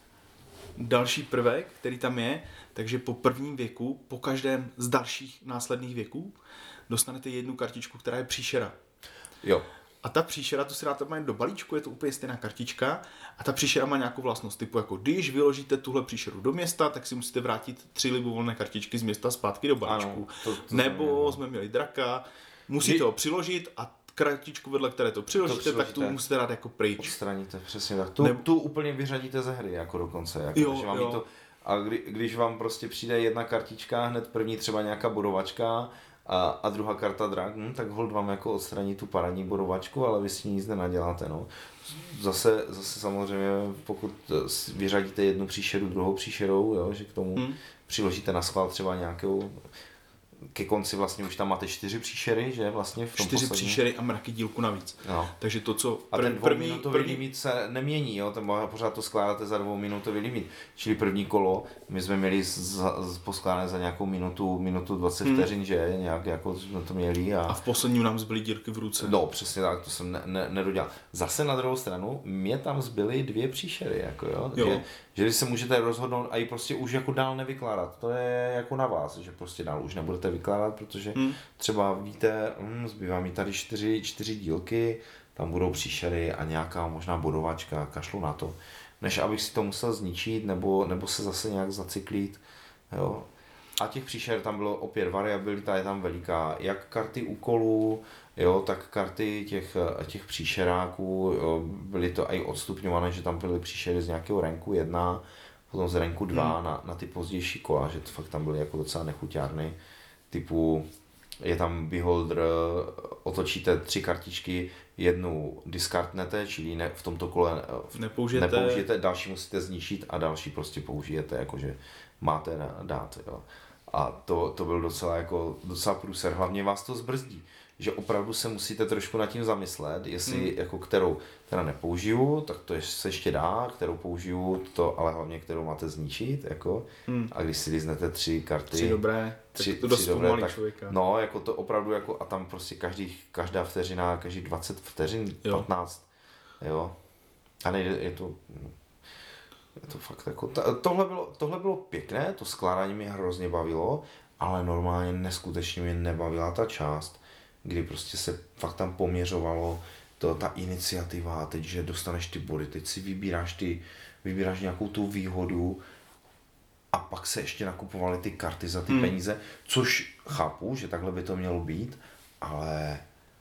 další prvek, který tam je, takže po prvním věku, po každém z dalších následných věků, dostanete jednu kartičku, která je příšera. Jo. A ta příšera, to si dáte do balíčku, je to úplně stejná kartička a ta příšera má nějakou vlastnost typu jako když vyložíte tuhle příšeru do města, tak si musíte vrátit tři libovolné kartičky z města zpátky do balíčku. Ano, to, to Nebo jsme měli draka, musíte Kdy... ho přiložit a kartičku, vedle které to přiložíte, to tak tu musíte dát jako pryč. Odstraníte, přesně tak. Tu, Nebo... tu úplně vyřadíte ze hry jako dokonce. Jako, jo, vám jo. To, a kdy, když vám prostě přijde jedna kartička, hned první třeba nějaká bodovačka, A, a druhá karta drak, hm, tak hold vám jako odstraní tu parádní bodovačku, ale vy si nic nenaděláte. No. Zase, zase samozřejmě, pokud vyřadíte jednu příšeru druhou příšerou, jo, že k tomu hmm. přiložíte na schvál třeba nějakou, ke konci vlastně už tam máte čtyři příšery, že vlastně v tom čtyři poslední... příšery a mraky dílku navíc. No. Takže to, co... A ten dvouminutový první... limit se nemění, jo? Ten pořád to skládáte za dvouminutový limit. Čili první kolo, my jsme měli poskládané za nějakou minutu, minutu dvacet hmm. vteřin, že? Nějak jako jsme to měli. A... a v posledním nám zbyly dírky v ruce. No, přesně tak, to jsem ne, ne, nedodělal. Zase na druhou stranu, mě tam zbyly dvě příšery, jako jo? jo. Že, že vy se můžete rozhodnout a i prostě už jako dál nevykládat. To je jako na vás, že prostě dál už nebudete vykládat, protože hmm. třeba víte, hm, zbývá mi tady čtyři, čtyři dílky, tam budou příšery a nějaká možná bodovačka, kašlu na to, než abych si to musel zničit nebo, nebo se zase nějak zacyklit. Jo. A těch příšer tam bylo opět variabilita, je tam veliká, jak karty úkolů, jo, tak karty těch, těch příšeráků, jo, byly to i odstupňované, že tam byly příšery z nějakého ranku jedna, potom z ranku dva hmm. na, na ty pozdější kola, že to fakt tam byly jako docela nechuťárny, typu je tam beholder, otočíte tři kartičky, jednu discardnete, čili ne, v tomto kole nepoužijete. nepoužijete, další musíte zničit a další prostě použijete, jakože máte dát. Jo. A to, to byl docela, jako, docela průser, hlavně vás to zbrzdí, že opravdu se musíte trošku nad tím zamyslet, jestli hmm. jako kterou teda nepoužiju, tak to se ještě dá, kterou použiju, to, ale hlavně kterou máte zničit, jako, hmm. a když si liznete tři karty, tři dobré, tři, tak to dost dobré, tak, člověka. No, jako to opravdu, jako, a tam prostě každý, každá vteřina, každý dvacet vteřin, jo. patnáct, jo, a nejde, je to, je to fakt jako, ta, tohle, bylo, tohle bylo pěkné, to skládání mě hrozně bavilo, ale normálně neskutečně mě nebavila ta část, kdy prostě se fakt tam poměřovalo to, ta iniciativa, teď, že dostaneš ty body, teď si vybíráš, ty, vybíráš nějakou tu výhodu a pak se ještě nakupovaly ty karty za ty hmm. peníze, což chápu, že takhle by to mělo být, ale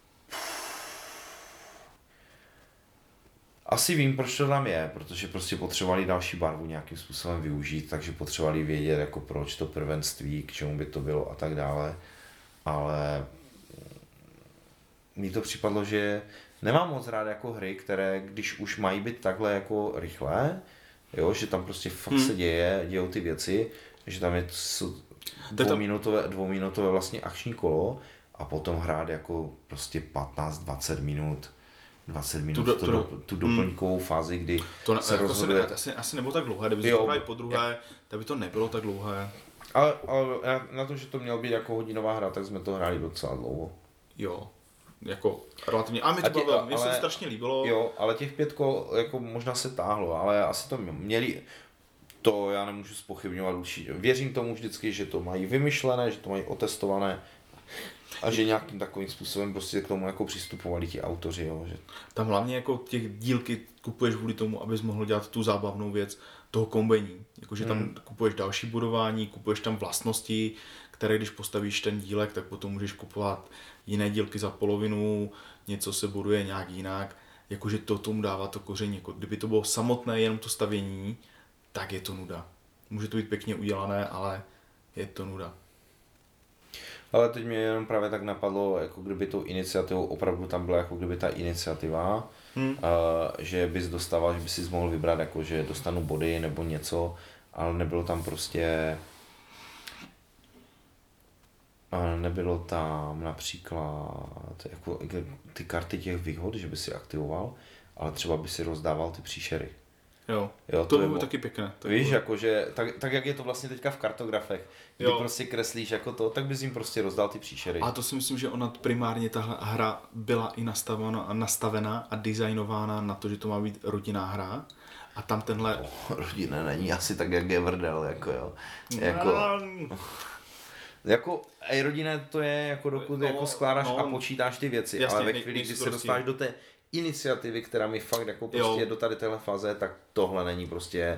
asi vím, proč to tam je, protože prostě potřebovali další barvu nějakým způsobem využít, takže potřebovali vědět, jako proč to prvenství, k čemu by to bylo a tak dále, ale mně to připadlo, že nemám moc rád jako hry, které, když už mají být takhle jako rychlé, jo, že tam prostě fakt hmm. se děje, dějou ty věci, že tam je dvouminutové, dvouminutové vlastně akční kolo a potom hrát jako prostě patnáct dvacet minut dvacet minut, tu, tu, tu, tu, tu doplňkovou hmm. fázi, kdy to ne, se jako rozhoduje... Se, asi, asi nebylo tak dlouhé, kdyby to hráli po druhé, tak by to nebylo tak dlouhé. Ale, ale na to, že to mělo být jako hodinová hra, tak jsme to hráli docela dlouho. Jo, jako relativně, a mi to bavilo, mně se to strašně líbilo. Jo, ale těch pět kol jako možná se táhlo, ale asi to měli, to já nemůžu zpochybňovat určitě. Věřím tomu vždycky, že to mají vymyšlené, že to mají otestované a že nějakým takovým způsobem prostě k tomu jako přistupovali ti autoři. Jo, že... Tam hlavně jako těch dílky kupuješ kvůli tomu, abys mohl dělat tu zábavnou věc toho kombení. Jakože tam hmm. kupuješ další budování, kupuješ tam vlastnosti, které když postavíš ten dílek, tak potom můžeš kupovat jiné dílky za polovinu, něco se buduje nějak jinak. Jakože to tomu dává to koření. Jako kdyby to bylo samotné jenom to stavění, tak je to nuda. Může to být pěkně udělané, ale je to nuda. Ale teď mě jenom právě tak napadlo, jako kdyby tou iniciativou opravdu tam byla jako kdyby ta iniciativa, hmm. uh, že bys dostával, že bys si mohl vybrat, jako že dostanu body nebo něco, ale nebylo tam prostě, uh, nebylo tam například jako ty karty těch výhod, že by si aktivoval, ale třeba by si rozdával ty příšery. Jo, jo, to by bylo taky pěkné. Víš, jakože, tak, tak jak je to vlastně teďka v kartografech, kdy jo. prostě kreslíš jako to, tak bys jim prostě rozdal ty příšery. A to si myslím, že ona primárně tahle hra byla i nastavena, nastavená a designována na to, že to má být rodinná hra. A tam tenhle... Oh, rodinné není asi tak, jak je Vrdel, jako jo. Jako... No. Jako, ej, rodinné to je, jako dokud no, jako skládáš no, a počítáš ty věci, jasně, ale ve chvíli, kdy se dostáš do té iniciativy, která mi fakt jako prostě jo. do tady téhle fáze, tak tohle není prostě,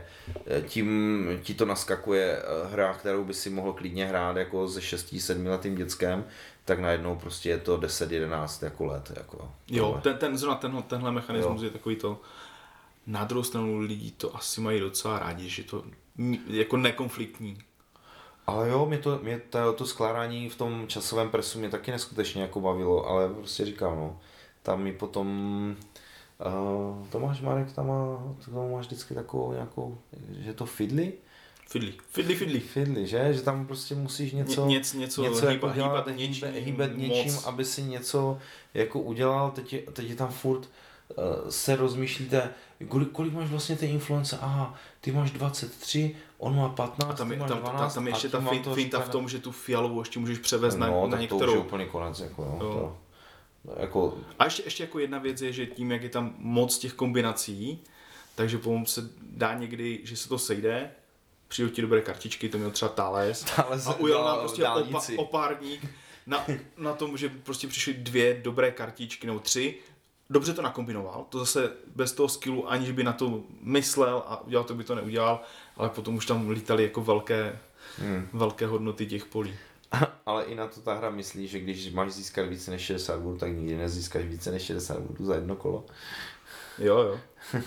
tím ti to naskakuje hra, kterou by si mohl klidně hrát jako se šesti sedmi letým dětskem, tak najednou prostě je to deset jedenáct jako let. Jako jo, ten, ten, zrovna tenhle, tenhle mechanismus jo. je takový to, na druhou stranu lidi to asi mají docela rádi, že to jako nekonfliktní. Ale jo, mě to, mě to, to skládání v tom časovém presu mě taky neskutečně jako bavilo, ale prostě říkám, no, tam mi potom uh, Tomáš Marek tam má, to máš vždycky takovou nějakou, že to fiddly? Fiddly, fiddly, fiddly. Fiddly, že? Že tam prostě musíš něco, Ně, něco, něco, něco hýba, jako dělat, hýbat něčím, hýbat něčím aby si něco jako udělal, teď je, teď je tam furt uh, se rozmýšlíte, kolik, kolik máš vlastně té influence, aha, ty máš dvacet tři, on má patnáct, a tam je, ty máš tam, dvanáct. Tam je ještě ta finta fin, v tom, že tu fialovou ještě můžeš převést no, na, no, na některou. No, to už je úplně konec, jako jo. jo. To. Jako... A ještě, ještě jako jedna věc je, že tím, jak je tam moc těch kombinací, takže potom se dá někdy, že se to sejde, přijdou ti dobré kartičky, to měl třeba Thales, Thales a ujel nám prostě opa, opárník na, na tom, že prostě přišly dvě dobré kartičky nebo tři, dobře to nakombinoval, to zase bez toho skillu, aniž by na to myslel a udělal to, by to neudělal, ale potom už tam lítali jako velké, hmm. velké hodnoty těch polí. Ale i na to ta hra myslí, že když máš získat více než šedesát bodů, tak nikdy nezískáš více než šedesát bodů za jedno kolo. Jo, jo.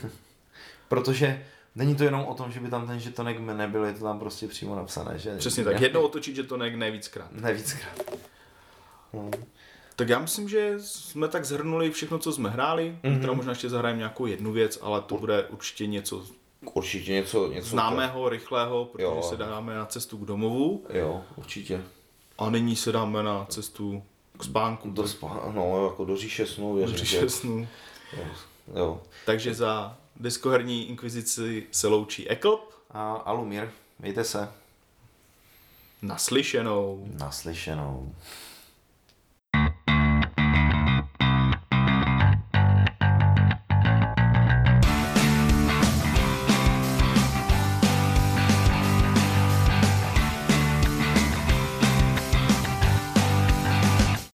Protože není to jenom o tom, že by tam ten žetonek nebyl, je to tam prostě přímo napsané, že? Přesně tak, jednou otočit žetonek, ne víckrát. Ne víckrát. Hmm. Tak já myslím, že jsme tak zhrnuli všechno, co jsme hráli. Mm-hmm. Teda možná ještě zahrajeme nějakou jednu věc, ale to bude určitě něco Určitě něco, něco známého, to... rychlého, protože jo. se dáme na cestu k domovu. Jo, určitě. A nyní se dáme na cestu k spánku. Do spánku, no, jako do říše snů. Věřím, do říše snů. Jo. jo. Takže za deskoherní inkvizici se loučí Eklb. A Alumír, mějte se. Naslyšenou. Naslyšenou.